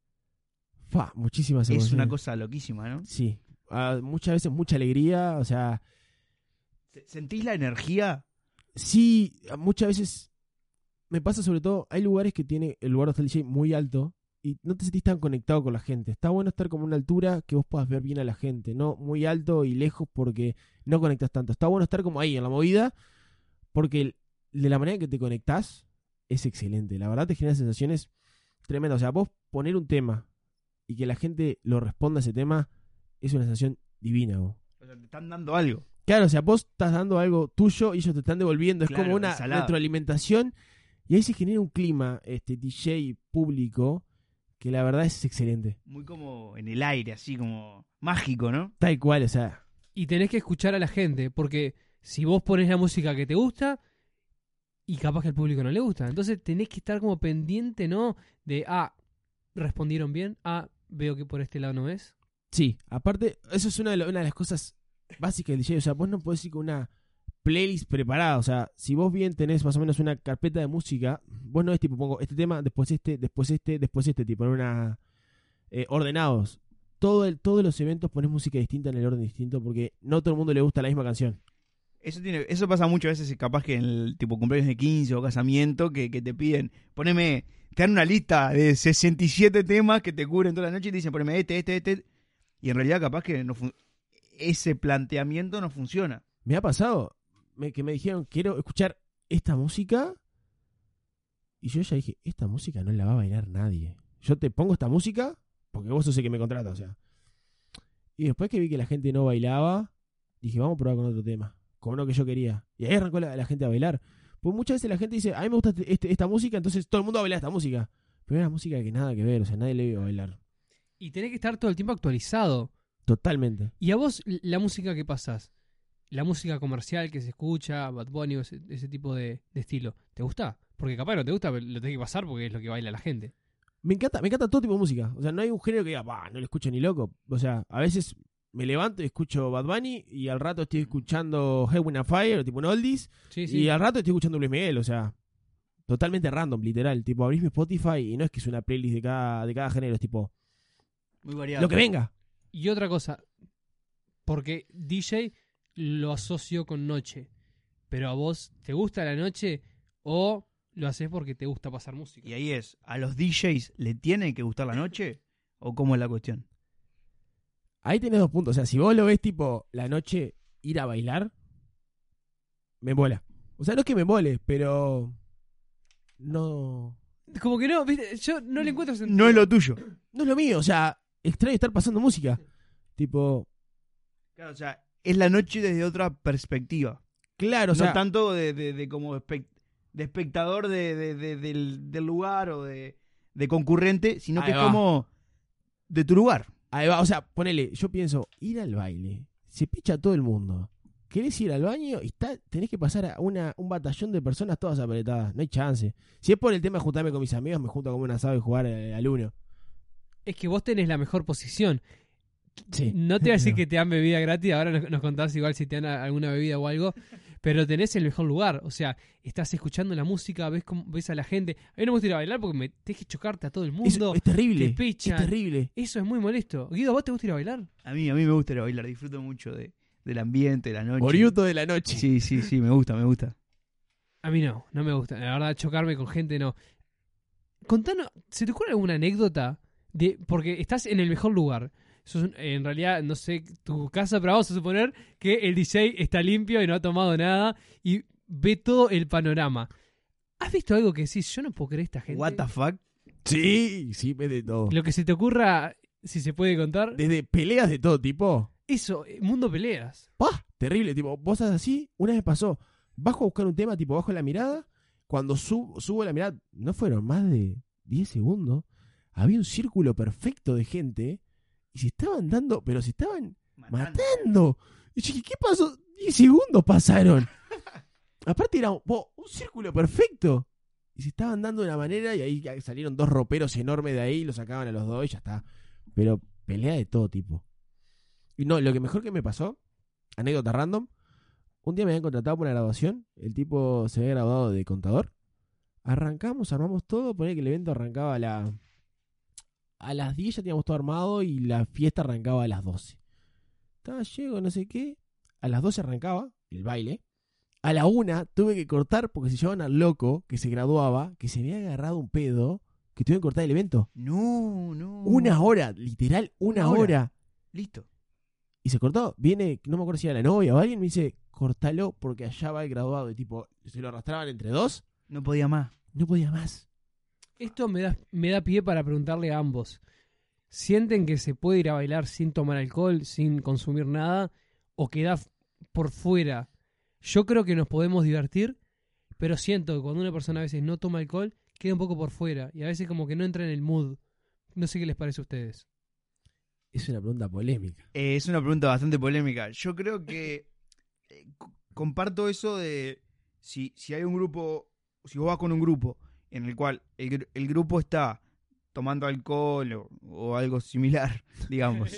Muchísimas emociones. Es una cosa loquísima, ¿no? Sí. Muchas veces mucha alegría, o sea... ¿Sentís la energía? Sí, muchas veces me pasa sobre todo, hay lugares que tiene el lugar donde está el DJ muy alto y no te sentís tan conectado con la gente. Está bueno estar como a una altura que vos puedas ver bien a la gente, no muy alto y lejos porque no conectas tanto. Está bueno estar como ahí en la movida porque de la manera en que te conectás es excelente. La verdad te genera sensaciones tremendas. O sea, vos poner un tema y que la gente lo responda a ese tema es una sensación divina. Vos. O sea, te están dando algo. Claro, o sea, vos estás dando algo tuyo y ellos te están devolviendo. Es Claro, como una ensalada. retroalimentación. Y ahí se genera un clima DJ público que la verdad es excelente. Muy como en el aire, así como mágico, ¿no? Tal cual, o sea. Y tenés que escuchar a la gente, porque si vos pones la música que te gusta y capaz que al público no le gusta, entonces tenés que estar como pendiente, ¿no? De, respondieron bien, veo que por este lado no es. Sí, aparte, eso es una de las cosas básicas del DJ. O sea, vos no podés ir con una playlist preparada. O sea, si vos bien tenés más o menos una carpeta de música, vos no es tipo, pongo este tema, después este, tipo, en una ordenados. Todos los eventos pones música distinta en el orden distinto porque no todo el mundo le gusta la misma canción. Eso pasa muchas veces, capaz que en el tipo cumpleaños de 15 o casamiento, que te piden, te dan una lista de 67 temas que te cubren toda la noche y te dicen, poneme este. Y en realidad capaz que ese planteamiento no funciona. Me ha pasado que me dijeron, quiero escuchar esta música. Y yo ya dije, esta música no la va a bailar nadie. Yo te pongo esta música porque vos sos el que me contrata, o sea. Y después que vi que la gente no bailaba, dije, vamos a probar con otro tema. Con uno que yo quería. Y ahí arrancó la gente a bailar. Pues muchas veces la gente dice, a mí me gusta esta música, entonces todo el mundo va a bailar esta música. Pero era música que nada que ver, o sea, nadie le iba a bailar. Y tenés que estar todo el tiempo actualizado. Totalmente. ¿Y a vos la música que pasás? La música comercial que se escucha, Bad Bunny, ese tipo de estilo, ¿te gusta? Porque capaz no te gusta, pero lo tenés que pasar porque es lo que baila la gente. Me encanta todo tipo de música. O sea, no hay un género que diga, no lo escucho ni loco. O sea, a veces me levanto y escucho Bad Bunny y al rato estoy escuchando Heaven and Fire, tipo un oldies, Sí. y al rato estoy escuchando Luis Miguel, o sea, totalmente random, literal. Tipo, abrís mi Spotify y no es que es una playlist de cada género, es tipo, Muy variado. lo que venga. Y otra cosa, porque DJ lo asocio con noche, pero ¿a vos te gusta la noche o lo haces porque te gusta pasar música? Y ahí es, ¿a los DJs le tiene que gustar la noche? ¿O cómo es la cuestión? Ahí tenés 2 puntos. O sea, si vos lo ves tipo la noche ir a bailar, me mola. O sea, no es que me mole, pero no... Como que no, ¿viste? Yo no le encuentro sentido. No es lo tuyo. No es lo mío. O sea, extraño estar pasando música. Tipo, Claro, o sea, es la noche desde otra perspectiva. claro, o sea... No tanto de como de espectador del lugar o de concurrente, sino Ahí que es va. como de tu lugar. Ahí va, o sea, ponele, yo pienso, ir al baile, se picha todo el mundo. ¿Querés ir al baño? Y tenés que pasar a un batallón de personas todas apretadas. No hay chance. Si es por el tema de juntarme con mis amigos, me junto como un asado y jugar al uno. Es que vos tenés la mejor posición. Sí. No te voy a decir que te dan bebida gratis, ahora nos contás igual si te dan alguna bebida o algo, pero tenés el mejor lugar. O sea, estás escuchando la música, ves a la gente. A mí no me gusta ir a bailar porque me tenés que chocarte a todo el mundo. Es terrible. te pichan. Es terrible. Eso es muy molesto. Guido, ¿vos te gusta ir a bailar? A mí me gusta ir a bailar, disfruto mucho del ambiente, de la noche. Oriuto de la noche. Sí, me gusta. A mí no me gusta. La verdad, chocarme con gente no. Contanos, ¿se te ocurre alguna anécdota? Porque estás en el mejor lugar. En realidad, no sé tu casa, pero vamos a suponer que el DJ está limpio y no ha tomado nada y ve todo el panorama. ¿Has visto algo que decís, yo no puedo creer esta gente? What the fuck? Sí, ves de todo. Lo que se te ocurra, si se puede contar. Desde peleas de todo tipo. Eso, mundo peleas. ¡Pah! Terrible, tipo, vos estás así, una vez pasó, bajo a buscar un tema, tipo, bajo la mirada, cuando subo la mirada, no fueron más de 10 segundos, había un círculo perfecto de gente, y se estaban dando, pero se estaban matando. Y yo dije, ¿qué pasó? 10 segundos pasaron. Aparte era un círculo perfecto. Y se estaban dando de una manera, y ahí salieron 2 roperos enormes de ahí, los sacaban a los 2 y ya está. Pero pelea de todo tipo. Y no, lo que mejor que me pasó, anécdota random, un día me habían contratado por una graduación, el tipo se había graduado de contador, arrancamos, armamos todo, ponía que el evento arrancaba a las 10 ya teníamos todo armado y la fiesta arrancaba a las 12. Llego, no sé qué, a las 12 arrancaba el baile, a la 1 tuve que cortar porque se llevaban al loco que se graduaba, que se había agarrado un pedo, que tuve que cortar el evento. No. 1 hora, literal, una hora. Listo. Y se cortó. Viene, no me acuerdo si era la novia o alguien, me dice, cortalo porque allá va el graduado. Y tipo, se lo arrastraban entre 2. No podía más. No podía más. Esto me da pie para preguntarle a ambos. ¿Sienten que se puede ir a bailar sin tomar alcohol, sin consumir nada? ¿O queda por fuera? Yo creo que nos podemos divertir, pero siento que cuando una persona a veces no toma alcohol, queda un poco por fuera. Y a veces como que no entra en el mood. No sé qué les parece a ustedes. Es una pregunta polémica. Es una pregunta bastante polémica. Yo creo que comparto eso de si hay un grupo, si vos vas con un grupo en el cual el grupo está tomando alcohol o algo similar, digamos,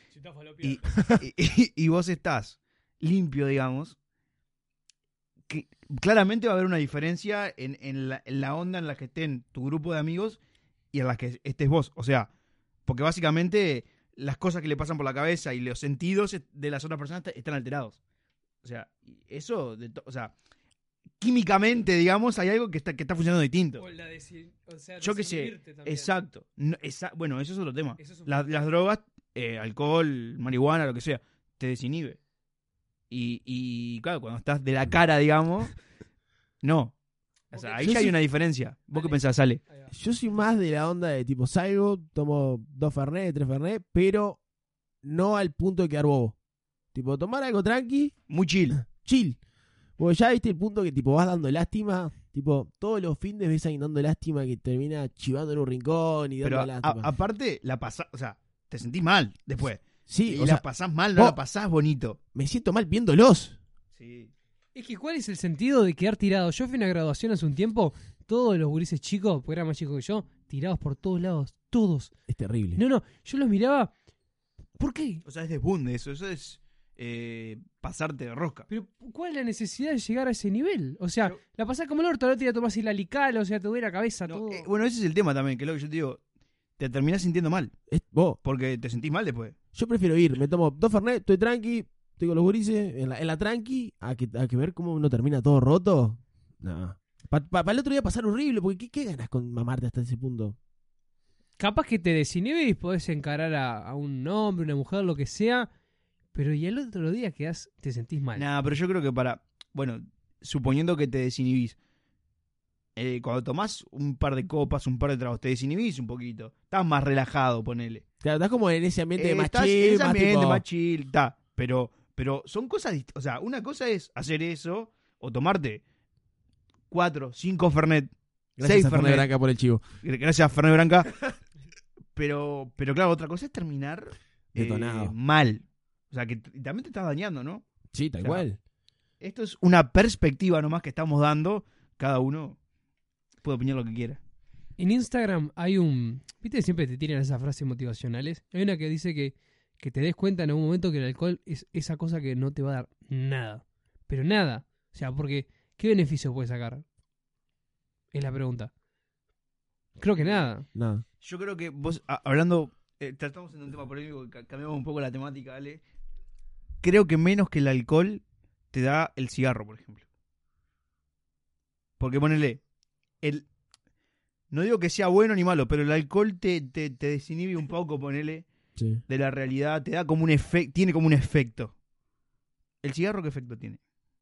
y vos estás limpio, digamos, que claramente va a haber una diferencia en la onda en la que estén tu grupo de amigos y en la que estés vos. O sea, porque básicamente las cosas que le pasan por la cabeza y los sentidos de las otras personas están alterados. O sea, eso, o sea, químicamente, digamos, hay algo que está funcionando distinto. Yo qué sé, exacto. No, bueno, eso es otro tema. Las drogas, alcohol, marihuana, lo que sea, te desinhibe. Y claro, cuando estás de la cara, digamos, no. O sea, ahí ya hay una diferencia. ¿Vos qué pensás, Ale? Yo soy más de la onda de tipo, salgo, tomo 2 Fernet, 3 Fernet, pero no al punto de quedar bobo. Tipo, tomar algo tranqui. Muy chill. Chill. Porque ya viste el punto que tipo vas dando lástima. Tipo, todos los fines ves ahí dando lástima que termina chivando en un rincón y dando pero lástima. Aparte, la pasás, o sea, te sentís mal después. Sí, y o la sea, pasás mal, no la pasás bonito. Me siento mal viéndolos. Sí. Es que ¿cuál es el sentido de quedar tirado? Yo fui a una graduación hace un tiempo, todos los gurises chicos, porque eran más chicos que yo, tirados por todos lados, todos. Es terrible. No, yo los miraba. ¿Por qué? O sea, es desbunde eso es pasarte de rosca. Pero ¿cuál es la necesidad de llegar a ese nivel? O sea, la pasás como el orto, la otra día tomás el alical, o sea, te duele la cabeza, No, todo. bueno, ese es el tema también, que es lo que yo te digo. Te terminás sintiendo mal, Vos, porque te sentís mal después. yo prefiero ir, me tomo 2 Fernet, estoy tranqui, estoy con los gurises, en la tranqui, a que ver cómo uno termina todo roto. No. Para el otro día pasar horrible, porque ¿qué ganas con mamarte hasta ese punto? capaz que te desinhibe y podés encarar a un hombre, una mujer, lo que sea, pero y el otro día te sentís mal. Nah, pero yo creo que bueno, suponiendo que te desinhibís, cuando tomás un par de copas, un par de tragos, te desinhibís un poquito. Estás más relajado, ponele. Claro, estás como en ese ambiente más Estás chill, en ese más ambiente tipo... más chill, está. Pero son cosas distintas. O sea, una cosa es hacer eso o tomarte 4, 5 Fernet, 6 Gracias a Fernet Fernet. Branca por el chivo. Gracias, Fernet Branca. pero claro, otra cosa es terminar Detonado. mal. O sea, que también te estás dañando, ¿no? Sí, tal O sea, cual. Esto es una perspectiva nomás que estamos dando. Cada uno puede opinar lo que quiera. En Instagram hay ¿viste? Siempre te tiran esas frases motivacionales. Hay una que dice que te des cuenta en algún momento que el alcohol es esa cosa que no te va a dar nada. Pero nada. O sea, porque ¿qué beneficio puedes sacar? Es la pregunta. Creo que nada. Nada. Yo creo que vos, hablando, tratamos en un tema polémico, cambiamos un poco la temática, Ale. Creo que menos que el alcohol te da el cigarro, por ejemplo. Porque ponele, no digo que sea bueno ni malo, pero el alcohol te desinhibe un poco, ponele, Sí. de la realidad, te da como un efecto, tiene como un efecto. ¿El cigarro qué efecto tiene?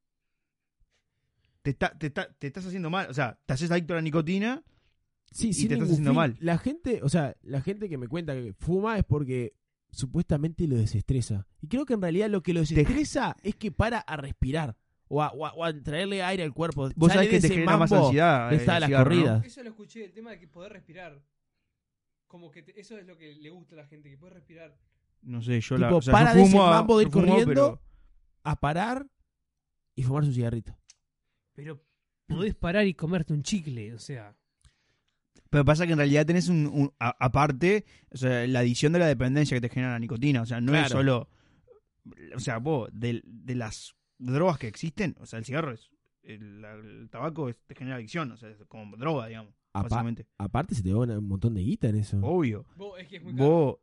Te estás haciendo mal, o sea, te haces adicto a la nicotina. Sí, Y sin te estás ningún haciendo fin. mal. La gente que me cuenta que fuma es porque supuestamente lo desestresa. Y creo que en realidad lo que lo desestresa es que para a respirar o a traerle aire al cuerpo. Vos Sale sabés que de te ese genera más mambo ansiedad. de estar a el las cigarro, ¿no? corridas. Eso lo escuché, el tema de que poder respirar. Como que eso es lo que le gusta a la gente, que puede respirar. No sé, yo Tipo, o sea, para yo de ese fumo mambo de ir yo fumo, corriendo pero a parar y fumar su cigarrito. Pero podés parar y comerte un chicle, o sea. pasa que en realidad tenés aparte, o sea, la adición de la dependencia que te genera la nicotina. O sea, no es Claro. solo. O sea, vos, de las drogas que existen, o sea, el cigarro es. El tabaco te genera adicción, o sea, es como droga, digamos. Básicamente. Aparte se te va un montón de guita en eso. Obvio. Es que es muy caro. Vos,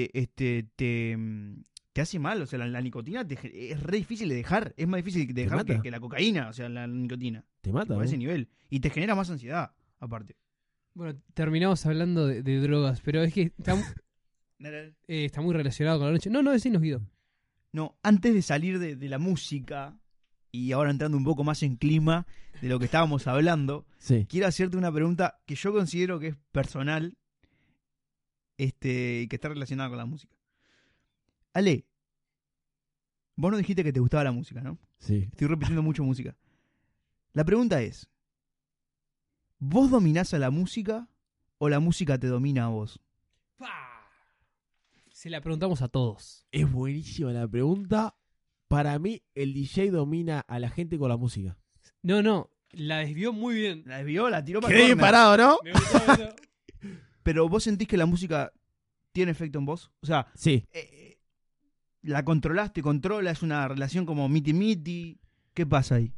te hace mal, o sea, la nicotina es re difícil de dejar. Es más difícil de dejar mata. que la cocaína, o sea, la nicotina. Te mata, A ese ¿no? nivel. Y te genera más ansiedad, aparte. Bueno, terminamos hablando de drogas, pero es que está muy relacionado con la noche. No, decinos, Guido. No, antes de salir de la música, y ahora entrando un poco más en clima de lo que estábamos hablando, Sí. quiero hacerte una pregunta que yo considero que es personal y que está relacionada con la música. Ale, vos no dijiste que te gustaba la música, ¿no? Sí. Estoy repitiendo mucho música. La pregunta es, ¿vos dominás a la música o la música te domina a vos? Se la preguntamos a todos. Es buenísima la pregunta. Para mí, el DJ domina a la gente con la música. No, la desvió muy bien. La desvió, la tiró para Quedé bien parado, ¿no? Me gustó. Pero vos sentís que la música tiene efecto en vos. O sea, Sí. la controlás, te controla, es una relación como miti-miti. ¿Qué pasa ahí?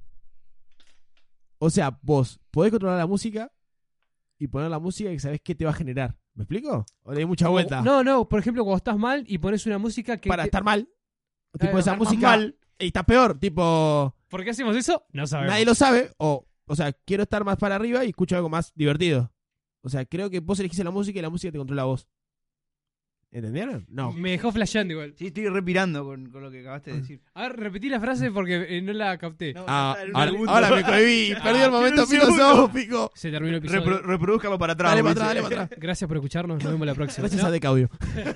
O sea, vos podés controlar la música y poner la música que sabés qué te va a generar. ¿Me explico? ¿O le di mucha vuelta? No, por ejemplo, cuando estás mal y pones una música que... Para estar mal. Claro, Tipo, esa estar más música... mal. Y está peor. Tipo, ¿Por qué hacemos eso? No sabemos. nadie lo sabe. O sea, quiero estar más para arriba y escucho algo más divertido. O sea, creo que vos elegís la música y la música te controla a vos. ¿Entendieron? No. Me dejó flasheando igual. Sí, estoy respirando con lo que acabaste de decir. A ver, repetí la frase porque no la capté. No, Ah, ya está, ahora, un segundo. ahora me cohibí. Perdí el momento un segundo. filosófico. Se terminó el episodio. Reproduzcalo para atrás. Dale como para atrás, dice. dale para atrás. Gracias por escucharnos. Nos vemos la próxima. Gracias ¿No? a Deck Audio.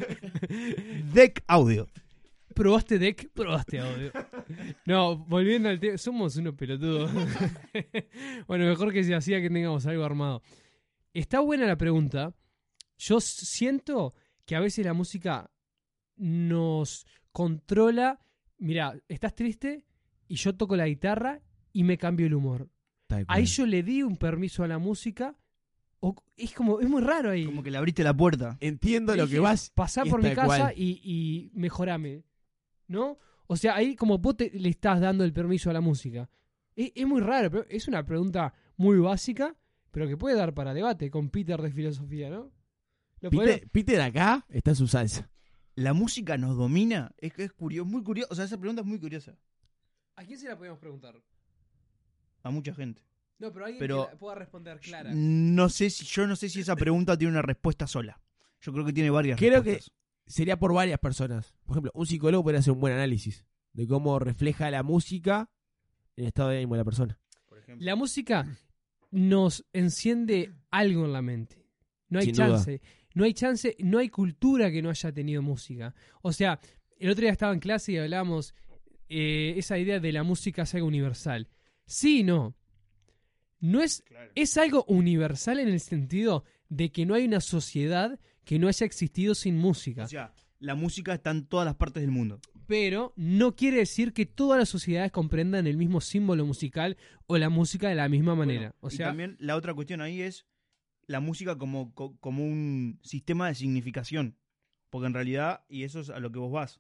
Deck Audio. ¿Probaste deck? Probaste audio. No, volviendo al tema. Somos unos pelotudos. Bueno, mejor que se hacía que tengamos algo armado. Está buena la pregunta. Yo siento que a veces la música nos controla. Mira, estás triste y yo toco la guitarra y me cambio el humor. Ahí yo le di un permiso a la música. Es muy raro ahí. Como que le abriste la puerta. Entiendo lo que Dije, vas. pasá es por mi tal casa cual. y mejorame. ¿No? O sea, ahí como vos le estás dando el permiso a la música. Es muy raro, pero es una pregunta muy básica, pero que puede dar para debate con Peter de filosofía, ¿no? ¿Lo podemos? Peter acá está en su salsa. ¿La música nos domina? Es que es curioso, muy curioso. O sea, esa pregunta es muy curiosa. ¿A quién se la podemos preguntar? A mucha gente. No, pero alguien Pero- que la pueda responder clara. Yo no sé si esa pregunta tiene una respuesta sola. Yo creo que tiene varias Creo que respuestas. sería por varias personas. Por ejemplo, un psicólogo podría hacer un buen análisis de cómo refleja la música en el estado de ánimo de la persona. Por ejemplo. La música nos enciende algo en la mente. No hay Sin chance. No hay chance, no hay cultura que no haya tenido música. O sea, el otro día estaba en clase y hablábamos esa idea de la música es algo universal. Sí y no. No es, Claro. es algo universal en el sentido de que no hay una sociedad que no haya existido sin música. O sea, la música está en todas las partes del mundo. Pero no quiere decir que todas las sociedades comprendan el mismo símbolo musical o la música de la misma manera. Bueno, O y sea, también la otra cuestión ahí es la música como un sistema de significación. Porque en realidad, y eso es a lo que vos vas.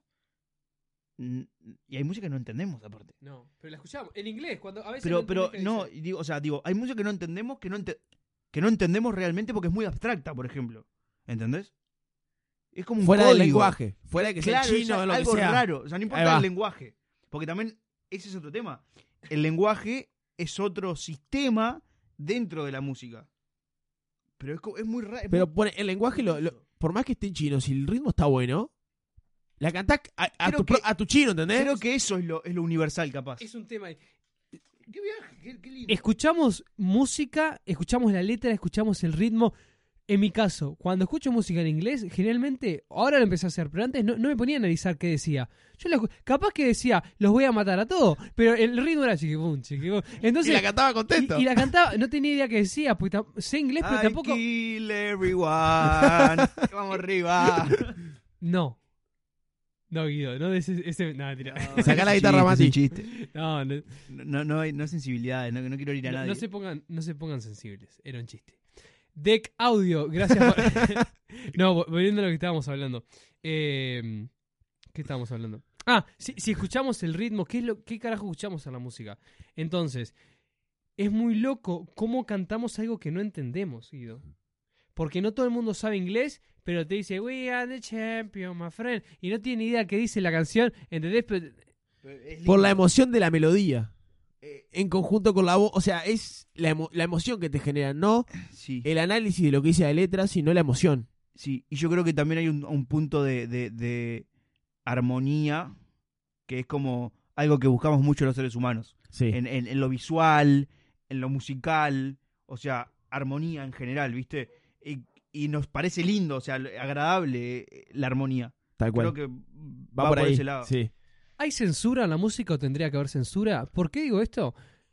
Y hay música que no entendemos, aparte. no, pero la escuchamos en inglés cuando a veces Pero entendés qué no, dice. digo, hay música que no entendemos, que no entendemos realmente porque es muy abstracta, por ejemplo. ¿Entendés? Es como un Fuera del código. lenguaje. Fuera de que Claro, sea es chino o lo algo que sea. raro. O sea, no Ahí importa va. el lenguaje. Porque también ese es otro tema. El lenguaje es otro sistema dentro de la música. Pero es muy raro. Pero pone, el lenguaje, por más que esté en chino, si el ritmo está bueno, la cantás a tu chino, ¿entendés? Creo que eso es lo universal, capaz. Es un tema. Qué viaje, qué lindo. Escuchamos música, escuchamos la letra, escuchamos el ritmo. En mi caso, cuando escucho música en inglés, generalmente, ahora lo empecé a hacer, pero antes no me ponía a analizar qué decía. Capaz que decía, los voy a matar a todos, pero el ritmo era chiquipum, chiquipum. Entonces, y la cantaba contento. y la cantaba, no tenía idea qué decía, porque sé inglés, pero I tampoco... kill everyone. Vamos arriba. No, Guido, no de ese no, mentira. Sacá la guitarra, Mati. Chiste. No, No hay sensibilidades, no quiero ir a nadie. no se pongan sensibles, era un chiste. Deck Audio, gracias por... No, volviendo a lo que estábamos hablando. ¿Qué estábamos hablando? Ah, si escuchamos el ritmo, ¿qué carajo escuchamos en la música? Entonces, es muy loco cómo cantamos algo que no entendemos, Guido. Porque no todo el mundo sabe inglés, pero te dice, we are the champion, my friend. Y no tiene ni idea qué dice la canción, ¿entendés? Pero, Por la emoción de la melodía. En conjunto con la voz. O sea, es la emoción que te genera, no Sí. el análisis de lo que dice la letra, sino la emoción. Sí, y yo creo que también hay un punto de armonía que es como algo que buscamos mucho los seres humanos. Sí. En lo visual, en lo musical, o sea, armonía en general, ¿viste? Y nos parece lindo, o sea, agradable la armonía. Tal cual. Creo que va por ahí. ese lado. Sí. ¿hay censura en la música o tendría que haber censura? ¿Por qué digo esto?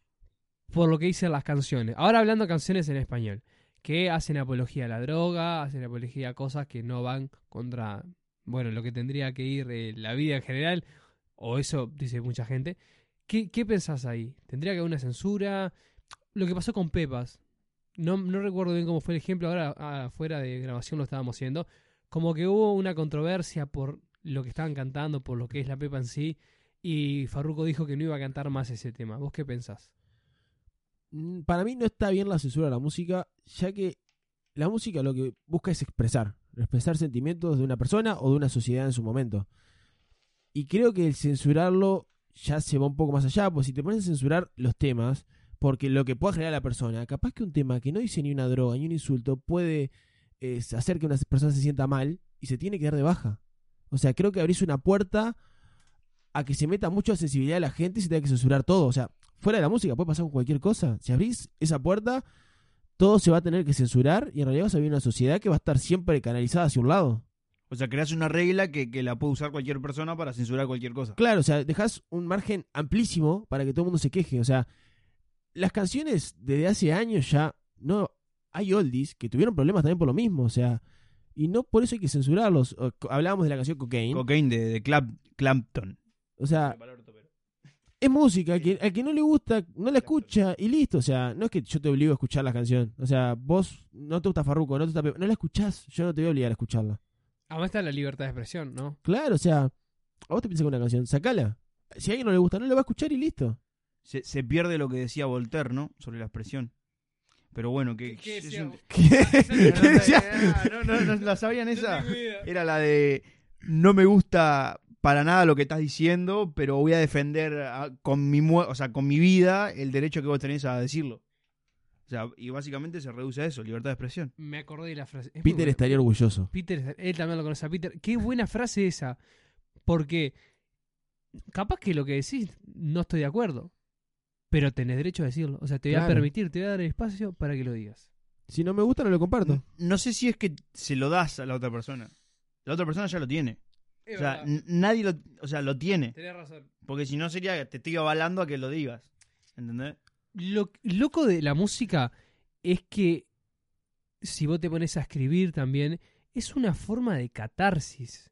Por lo que dicen las canciones. Ahora hablando de canciones en español, que hacen apología a la droga, hacen apología a cosas que no van contra, bueno, lo que tendría que ir la vida en general, o eso dice mucha gente. ¿Qué pensás ahí? ¿Tendría que haber una censura? Lo que pasó con Pepas. No recuerdo bien cómo fue el ejemplo, ahora fuera de grabación lo estábamos haciendo. Como que hubo una controversia por lo que estaban cantando, por lo que es la Pepa en sí, y Farruko dijo que no iba a cantar más ese tema. ¿Vos qué pensás? Para mí no está bien la censura de la música, ya que la música lo que busca es expresar sentimientos de una persona o de una sociedad en su momento. Y creo que el censurarlo ya se va un poco más allá, pues si te pones a censurar los temas, porque lo que pueda generar la persona, capaz que un tema que no dice ni una droga ni un insulto puede hacer que una persona se sienta mal y se tiene que dar de baja. O sea, creo que abrís una puerta a que se meta mucha sensibilidad a la gente y se tenga que censurar todo. O sea, fuera de la música puede pasar con cualquier cosa. Si abrís esa puerta, todo se va a tener que censurar y en realidad vas a vivir una sociedad que va a estar siempre canalizada hacia un lado. O sea, creas una regla que la puede usar cualquier persona para censurar cualquier cosa. Claro, o sea, dejás un margen amplísimo para que todo el mundo se queje. O sea, las canciones desde hace años ya no hay oldies que tuvieron problemas también por lo mismo. O sea, y no por eso hay que censurarlos. Hablábamos de la canción Cocaine. Cocaine de Clapton. O sea, es música, al que no le gusta, no la escucha y listo. O sea, no es que yo te obligo a escuchar la canción. O sea, vos no te gusta Farruko, no la escuchás, yo no te voy a obligar a escucharla. Además está la libertad de expresión, ¿no? Claro, o sea, a vos te piensas con una canción, sacala. Si a alguien no le gusta, no le va a escuchar y listo. Se pierde lo que decía Voltaire, ¿no? Sobre la expresión. Pero bueno, que... ¿Qué es decía? un- ¿Qué decía? ¿No la sabían esa? No tengo idea. Era la de... No me gusta para nada lo que estás diciendo, pero voy a defender con mi vida el derecho que vos tenés a decirlo. O sea, y básicamente se reduce a eso, libertad de expresión. Me acordé de la frase. Es muy Peter buena. estaría orgulloso. Peter, él también lo conoce a Peter. Qué buena frase esa. Porque capaz que lo que decís no estoy de acuerdo. Pero tenés derecho a decirlo. O sea, te voy a Claro. permitir, te voy a dar el espacio para que lo digas. Si no me gusta, no lo comparto. No sé si es que se lo das a la otra persona. La otra persona ya lo tiene. O sea, nadie lo tiene. tenés razón. Porque si no sería, te estoy avalando a que lo digas. ¿Entendés? Lo loco de la música es que si vos te pones a escribir también, es una forma de catarsis.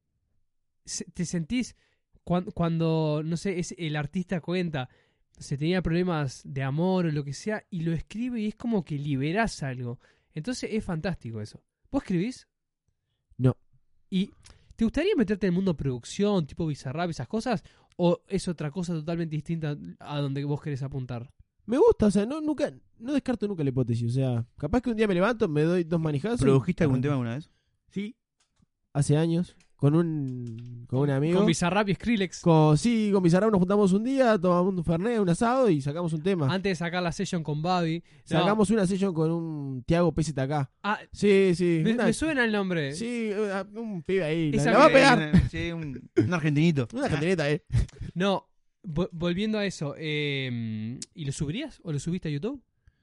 Te sentís cuando no sé, el artista cuenta, se tenía problemas de amor o lo que sea, y lo escribe y es como que liberás algo. Entonces es fantástico eso. ¿Vos escribís? No. ¿Y te gustaría meterte en el mundo de producción, tipo Bizarrap, esas cosas? ¿O es otra cosa totalmente distinta a donde vos querés apuntar? Me gusta, o sea, no descarto nunca la hipótesis. O sea, capaz que un día me levanto, me doy 2 manijazos. ¿Produjiste algún arranco. tema alguna vez? Sí. Hace años. Con un amigo. Con Bizarrap y Skrillex. Con Bizarrap nos juntamos un día, tomamos un fernet, un asado y sacamos un tema. Antes de sacar la session con Babi. Sacamos una session con un Tiago PZK. Ah, Sí. me suena el nombre. Sí, un pibe ahí. Esa La va a que- pegar. Sí, un argentinito. Una cantineta, No, volviendo a eso. ¿Y lo subirías? ¿O lo subiste a YouTube?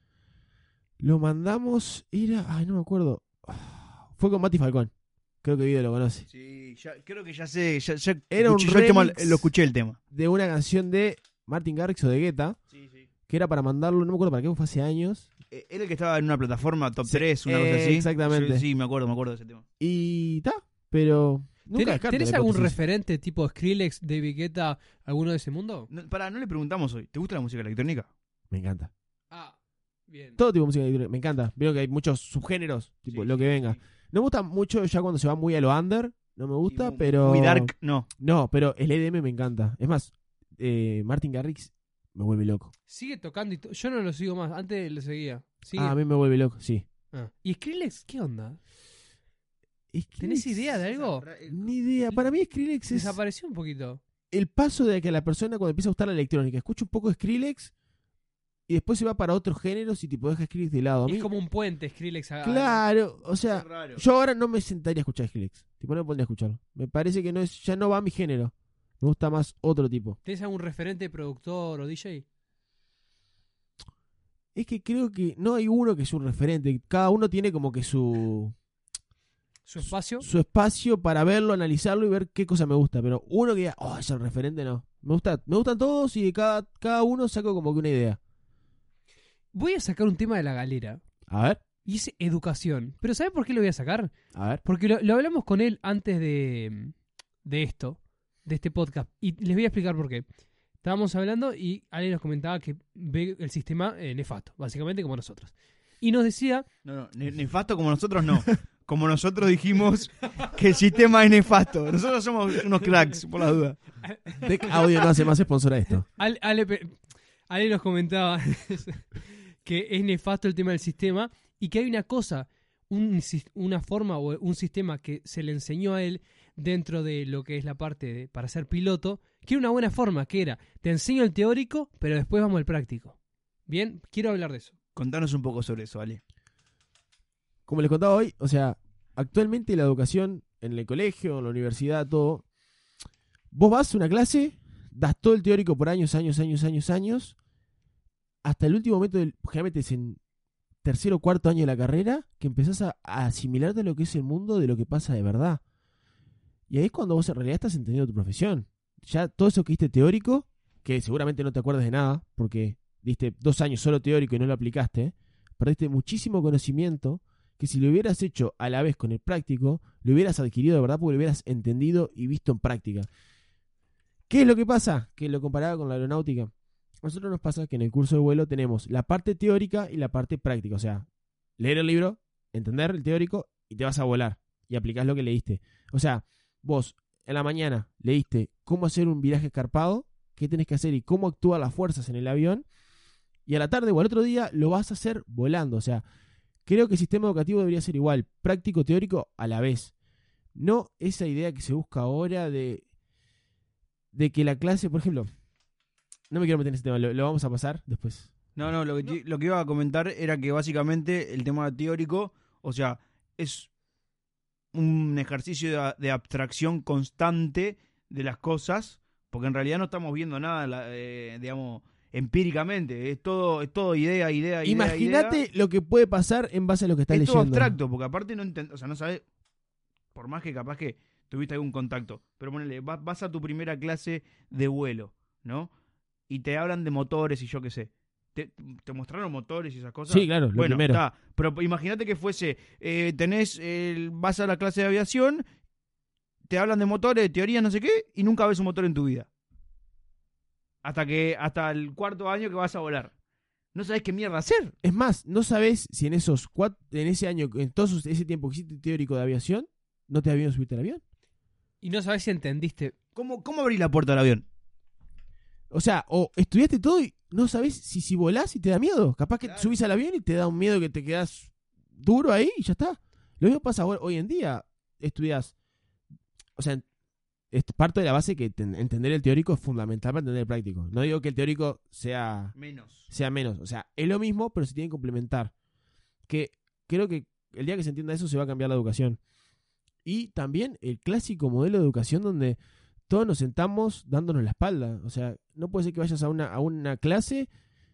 Lo mandamos, ay, no me acuerdo. Fue con Mati Falcón. Creo que Guido lo conoce. Sí, creo que ya sé. Ya Era un escuché yo el tema, remix. lo escuché el tema. De una canción de Martin Garrix o de Guetta, Sí, sí. que era para mandarlo, no me acuerdo para qué, fue hace años. Era el que estaba en una plataforma top 3, una cosa así. exactamente. Sí, me acuerdo de ese tema. Y pero nunca descarto ¿Tenés la algún hipótesis. referente tipo Skrillex, David Guetta, alguno de ese mundo? No le preguntamos hoy. ¿Te gusta la música electrónica? Me encanta. Ah, bien. Todo tipo de música electrónica, me encanta. Veo que hay muchos subgéneros, tipo Sí, lo que venga. sí. No me gusta mucho ya cuando se va muy a lo under, no me gusta, Sí, pero... Muy dark, no. No, pero el EDM me encanta. Es más, Martin Garrix me vuelve loco. Sigue tocando y yo no lo sigo más. Antes lo seguía. Sigue. Ah, a mí me vuelve loco, sí. Ah. ¿Y Skrillex qué onda? Skrillex- ¿Tenés idea de algo? Ni idea. Para mí Skrillex es Desapareció un poquito. el paso de que la persona cuando empieza a gustar la electrónica escucha un poco de Skrillex y después se va para otros géneros y tipo deja Skrillex de lado. A mí, Es como un puente Skrillex. claro, o sea, Es raro. yo ahora no me sentaría a escuchar Skrillex. Tipo, no me pondría a escucharlo. Me parece que ya no va a mi género. Me gusta más otro tipo. ¿Tenés algún referente, productor o DJ? Es que creo que no hay uno que es un referente. Cada uno tiene como que su ¿Su espacio? espacio para verlo, analizarlo y ver qué cosa me gusta. Pero uno que diga, oh, es el referente, no. Me gustan todos y de cada uno saco como que una idea. Voy a sacar un tema de la galera. A ver, Y es educación. ¿Pero ¿sabes por qué lo voy a sacar? a ver. Porque lo hablamos con él antes de esto, de este podcast. Y les voy a explicar por qué. Estábamos hablando y Ale nos comentaba que ve el sistema nefasto, básicamente como nosotros. Y nos decía, No, nefasto como nosotros no. Como nosotros dijimos que el sistema es nefasto. Nosotros somos unos cracks, por la duda. Tech Audio no hace más sponsor a esto. Ale nos comentaba que es nefasto el tema del sistema y que hay una cosa, una forma o un sistema que se le enseñó a él dentro de lo que es la parte para ser piloto, que era una buena forma, que era, te enseño el teórico, pero después vamos al práctico. Bien, quiero hablar de eso. Contanos un poco sobre eso, Ale. Como les contaba hoy, o sea, actualmente la educación en el colegio, en la universidad, todo, vos vas a una clase, das todo el teórico por años, hasta el último momento, generalmente es en tercero o cuarto año de la carrera, que empezás a asimilarte a lo que es el mundo de lo que pasa de verdad. Y ahí es cuando vos en realidad estás entendiendo tu profesión. Ya todo eso que diste teórico, que seguramente no te acuerdas de nada, porque diste 2 años solo teórico y no lo aplicaste, perdiste muchísimo conocimiento que si lo hubieras hecho a la vez con el práctico, lo hubieras adquirido de verdad porque lo hubieras entendido y visto en práctica. ¿Qué es lo que pasa? Que lo comparaba con la aeronáutica. A nosotros nos pasa que en el curso de vuelo tenemos la parte teórica y la parte práctica. O sea, leer el libro, entender el teórico y te vas a volar y aplicás lo que leíste. O sea, vos en la mañana leíste cómo hacer un viraje escarpado, qué tenés que hacer y cómo actúan las fuerzas en el avión, y a la tarde o al otro día lo vas a hacer volando. O sea, creo que el sistema educativo debería ser igual, práctico, teórico a la vez. No esa idea que se busca ahora de que la clase, por ejemplo, no me quiero meter en ese tema, lo vamos a pasar después. No, lo que iba a comentar era que básicamente el tema teórico, o sea, es un ejercicio de abstracción constante de las cosas, porque en realidad no estamos viendo nada, digamos, empíricamente. Es todo idea. Imagínate lo que puede pasar en base a lo que estás Es todo leyendo. abstracto, porque aparte o sea, no sabes, por más que capaz que tuviste algún contacto, pero ponele, vas a tu primera clase de vuelo, ¿no? Y te hablan de motores y yo qué sé. ¿Te mostraron motores y esas cosas? Sí, claro, lo bueno, primero. está. Pero imagínate que fuese, vas a la clase de aviación, te hablan de motores, de teoría, no sé qué, y nunca ves un motor en tu vida. Hasta el 4.º año que vas a volar. No sabes qué mierda hacer. Es más, no sabes si en ese año, en todo ese tiempo que hiciste teórico de aviación, no te habían subirte al avión. Y no sabés si entendiste. ¿Cómo abrir la puerta del avión? O sea, o estudiaste todo y no sabes si volás y te da miedo. Capaz que Claro. subís al avión y te da un miedo que te quedás duro ahí y ya está. Lo mismo pasa hoy en día. Estudias. O sea, parto de la base que entender el teórico es fundamental para entender el práctico. No digo que el teórico sea menos. O sea, es lo mismo, pero se tiene que complementar. Que creo que el día que se entienda eso se va a cambiar la educación. Y también el clásico modelo de educación donde todos nos sentamos dándonos la espalda. O sea, no puede ser que vayas a una clase.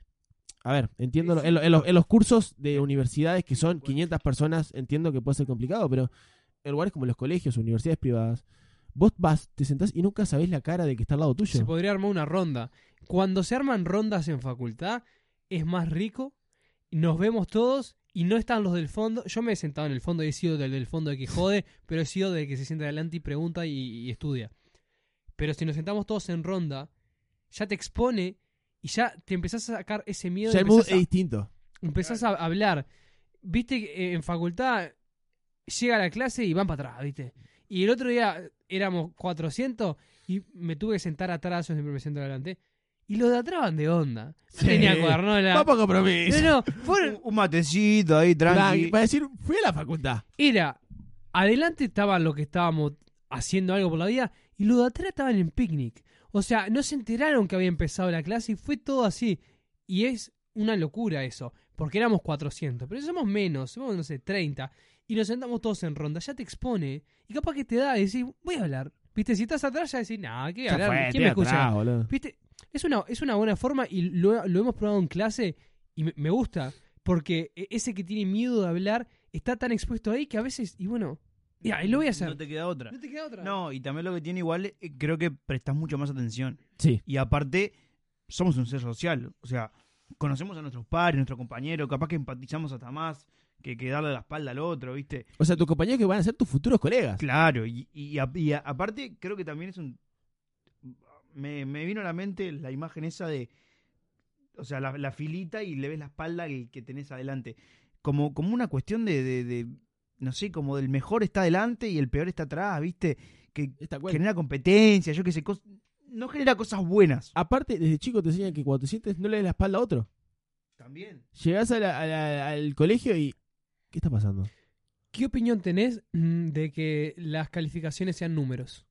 A ver, entiendo, en los cursos de universidades que son 500 personas, entiendo que puede ser complicado, pero en lugares como los colegios, universidades privadas, vos te sentás y nunca sabés la cara del que está al lado tuyo. Se podría armar una ronda. Cuando se arman rondas en facultad, es más rico. Nos vemos todos y no están los del fondo. Yo me he sentado en el fondo y he sido del fondo de que jode, pero he sido de que se sienta adelante y pregunta y estudia. Pero si nos sentamos todos en ronda, ya te expone y ya te empezás a sacar ese miedo. Ya el mood es distinto. Empezás a hablar. Viste que en facultad llega a la clase y van para atrás, ¿viste? Y el otro día éramos 400 y me tuve que sentar atrás, yo siempre me siento adelante. Y los de atrás van de onda. No Sí. tenía cuadernola. Vamos a compromiso. No, fueron, Un matecito ahí, tranqui. Para decir, fui a la facultad. era, adelante estaban los que estábamos haciendo algo por la vida y los de atrás estaban en picnic. O sea, no se enteraron que había empezado la clase y fue todo así. Y es una locura eso, porque éramos 400, pero somos menos, somos, no sé, 30, y nos sentamos todos en ronda, ya te expone, y capaz que te da y decís, voy a hablar. ¿Viste? Si estás atrás ya decís, nah, ¿qué Ya hablar? fue, ¿Quién me escucha? atrás, boludo. ¿Viste? Es una buena forma y lo hemos probado en clase y me gusta, porque ese que tiene miedo de hablar está tan expuesto ahí que a veces, y bueno, ya, y lo voy a hacer. No te queda otra. No te queda otra. No, y también lo que tiene igual, creo que prestás mucho más atención. Sí. Y aparte, somos un ser social. O sea, conocemos a nuestros pares, nuestros compañeros, capaz que empatizamos hasta más que darle la espalda al otro, ¿viste? O sea, tus compañeros que van a ser tus futuros colegas. Claro, aparte creo que también es me vino a la mente la imagen esa de, o sea, la filita y le ves la espalda al que tenés adelante. Como una cuestión de no sé, como del mejor está adelante y el peor está atrás, ¿viste? Que Esta cuenta. genera competencia, yo qué sé, no genera cosas buenas. Aparte, desde chico te enseñan que cuando te sientes no le des la espalda a otro. También. Llegás al colegio y... ¿Qué está pasando? ¿Qué opinión tenés de que las calificaciones sean números?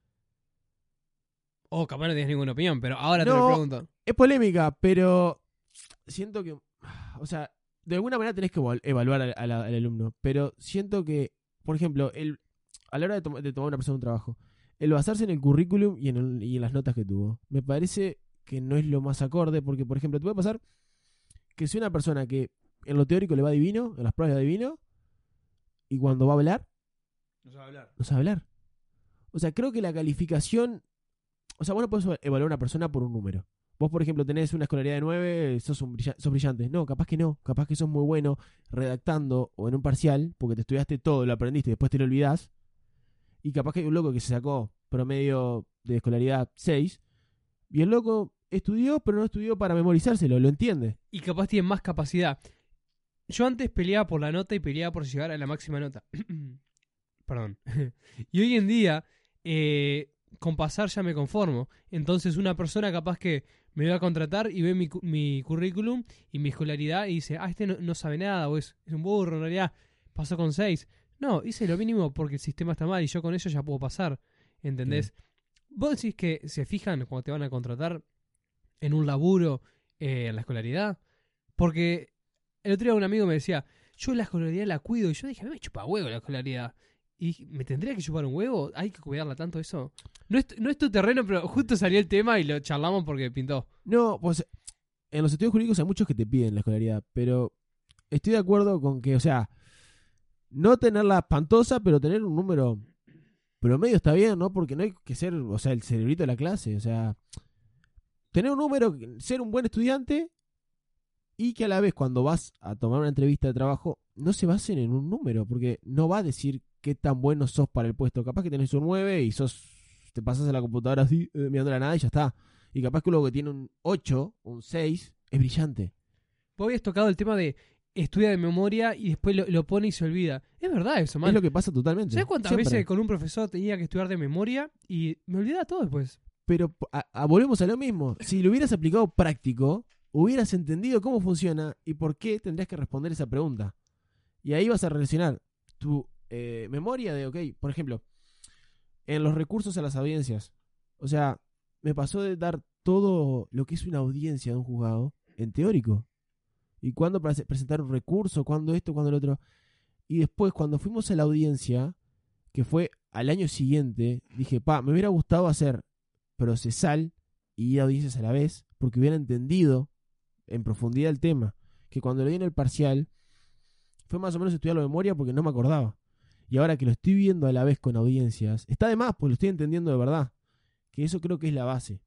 O capaz no tenés ninguna opinión, pero ahora te lo No. pregunto. Es polémica, pero siento que... O sea, de alguna manera tenés que evaluar al alumno, pero siento que, por ejemplo, a la hora de tomar una persona un trabajo, el basarse en el currículum y en las notas que tuvo, me parece que no es lo más acorde, porque, por ejemplo, te puede pasar que si una persona que en lo teórico le va divino, en las pruebas le va divino, y cuando va a hablar, No sabe hablar. no sabe hablar. O sea, creo que la calificación... O sea, vos no podés evaluar a una persona por un número. Vos, por ejemplo, tenés una escolaridad de 9, sos brillante. No, capaz que no. Capaz que sos muy bueno redactando o en un parcial, porque te estudiaste todo, lo aprendiste y después te lo olvidás. Y capaz que hay un loco que se sacó promedio de escolaridad 6, y el loco estudió, pero no estudió para memorizárselo, lo entiende. Y capaz tienen más capacidad. Yo antes peleaba por la nota y peleaba por llegar a la máxima nota. Perdón. Y hoy en día, con pasar ya me conformo. Entonces una persona capaz que me va a contratar y ve mi currículum y mi escolaridad y dice, este no sabe nada, o es un burro, en realidad pasó con 6. No, hice lo mínimo porque el sistema está mal y yo con eso ya puedo pasar. ¿Entendés? ¿Vos decís que se fijan cuando te van a contratar en un laburo en la escolaridad? Porque el otro día un amigo me decía, yo la escolaridad la cuido. Y yo dije, a mí me chupa huevo la escolaridad. ¿Y me tendría que chupar un huevo? ¿Hay que cuidarla tanto eso? No es tu terreno, pero justo salió el tema y lo charlamos porque pintó. No, pues en los estudios jurídicos hay muchos que te piden la escolaridad, pero estoy de acuerdo con que, o sea, no tenerla espantosa, pero tener un número promedio está bien, ¿no? Porque no hay que ser, o sea, el cerebrito de la clase, o sea, tener un número, ser un buen estudiante y que a la vez cuando vas a tomar una entrevista de trabajo no se basen en un número, porque no va a decir qué tan bueno sos para el puesto. Capaz que tenés un 9 y te pasas a la computadora así, mirando la nada y ya está. Y capaz que luego que tiene un 8, un 6, es brillante. Vos habías tocado el tema de estudia de memoria y después lo pone y se olvida. Es verdad eso, man. Es lo que pasa totalmente. ¿Sabes cuántas Siempre. veces con un profesor tenía que estudiar de memoria y me olvidaba todo después? Pero volvemos a lo mismo. Si lo hubieras aplicado práctico, hubieras entendido cómo funciona y por qué tendrías que responder esa pregunta. Y ahí vas a relacionar tu memoria de, ok, por ejemplo, en los recursos a las audiencias. O sea, me pasó de dar todo lo que es una audiencia de un juzgado en teórico. Y cuándo presentar un recurso, cuándo esto, cuándo el otro. Y después, cuando fuimos a la audiencia, que fue al año siguiente, dije, me hubiera gustado hacer procesal y audiencias a la vez, porque hubiera entendido en profundidad el tema. Que cuando lo di en el parcial, fue más o menos estudiar la memoria porque no me acordaba. Y ahora que lo estoy viendo a la vez con audiencias, está de más, pues lo estoy entendiendo de verdad. Que eso creo que es la base.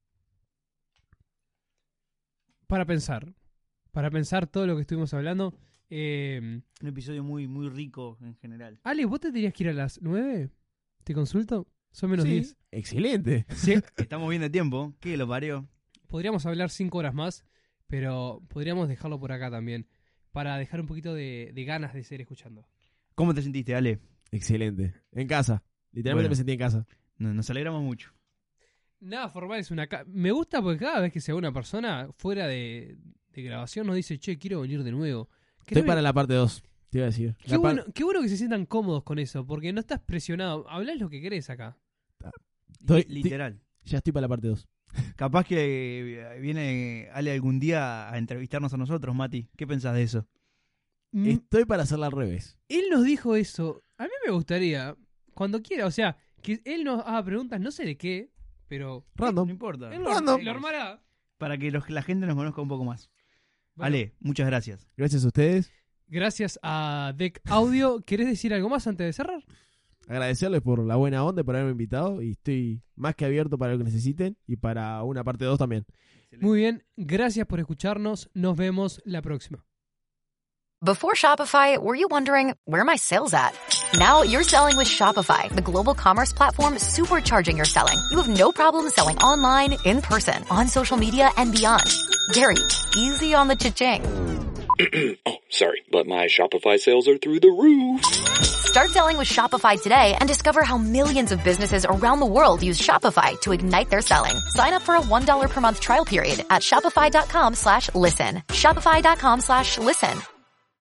Para pensar todo lo que estuvimos hablando. Un episodio muy, muy rico en general. Ale, ¿vos te tenías que ir a las 9? ¿Te consulto? Son menos Sí, 10. excelente. Sí. Estamos bien de tiempo. ¿Qué lo parió? Podríamos hablar 5 horas más, pero podríamos dejarlo por acá también. Para dejar un poquito de ganas de seguir escuchando. ¿Cómo te sentiste, Ale? Excelente. En casa. Literalmente Bueno. me sentí en casa. Nos alegramos mucho. Nada formal es una... Me gusta porque cada vez que se ve una persona fuera de grabación nos dice, che, quiero venir de nuevo. Estoy para la parte 2, te iba a decir. Qué bueno que se sientan cómodos con eso, porque no estás presionado. Hablás lo que querés acá. Literal. Ya estoy para la parte 2. Capaz que viene Ale algún día a entrevistarnos a nosotros, Mati. ¿Qué pensás de eso? Estoy para hacerla al revés. Él nos dijo eso. A mí me gustaría, cuando quiera, o sea, que él nos haga preguntas, no sé de qué, pero... Random. No importa. Él Random. lo armará. Para que la gente nos conozca un poco más. Bueno, Ale, muchas gracias. Gracias a ustedes. gracias a Deck Audio. ¿Querés decir algo más antes de cerrar? Agradecerles por la buena onda y por haberme invitado. Y estoy más que abierto para lo que necesiten. Y para una parte 2 también. Muy bien, gracias por escucharnos. Nos vemos la próxima. Before Shopify, were you wondering, where are my sales at? Now you're selling with Shopify, the global commerce platform supercharging your selling. You have no problem selling online, in person, on social media, and beyond. Gary, easy on the cha-ching. Oh, sorry, but my Shopify sales are through the roof. Start selling with Shopify today and discover how millions of businesses around the world use Shopify to ignite their selling. Sign up for a $1 per month trial period at shopify.com/listen. Shopify.com/listen.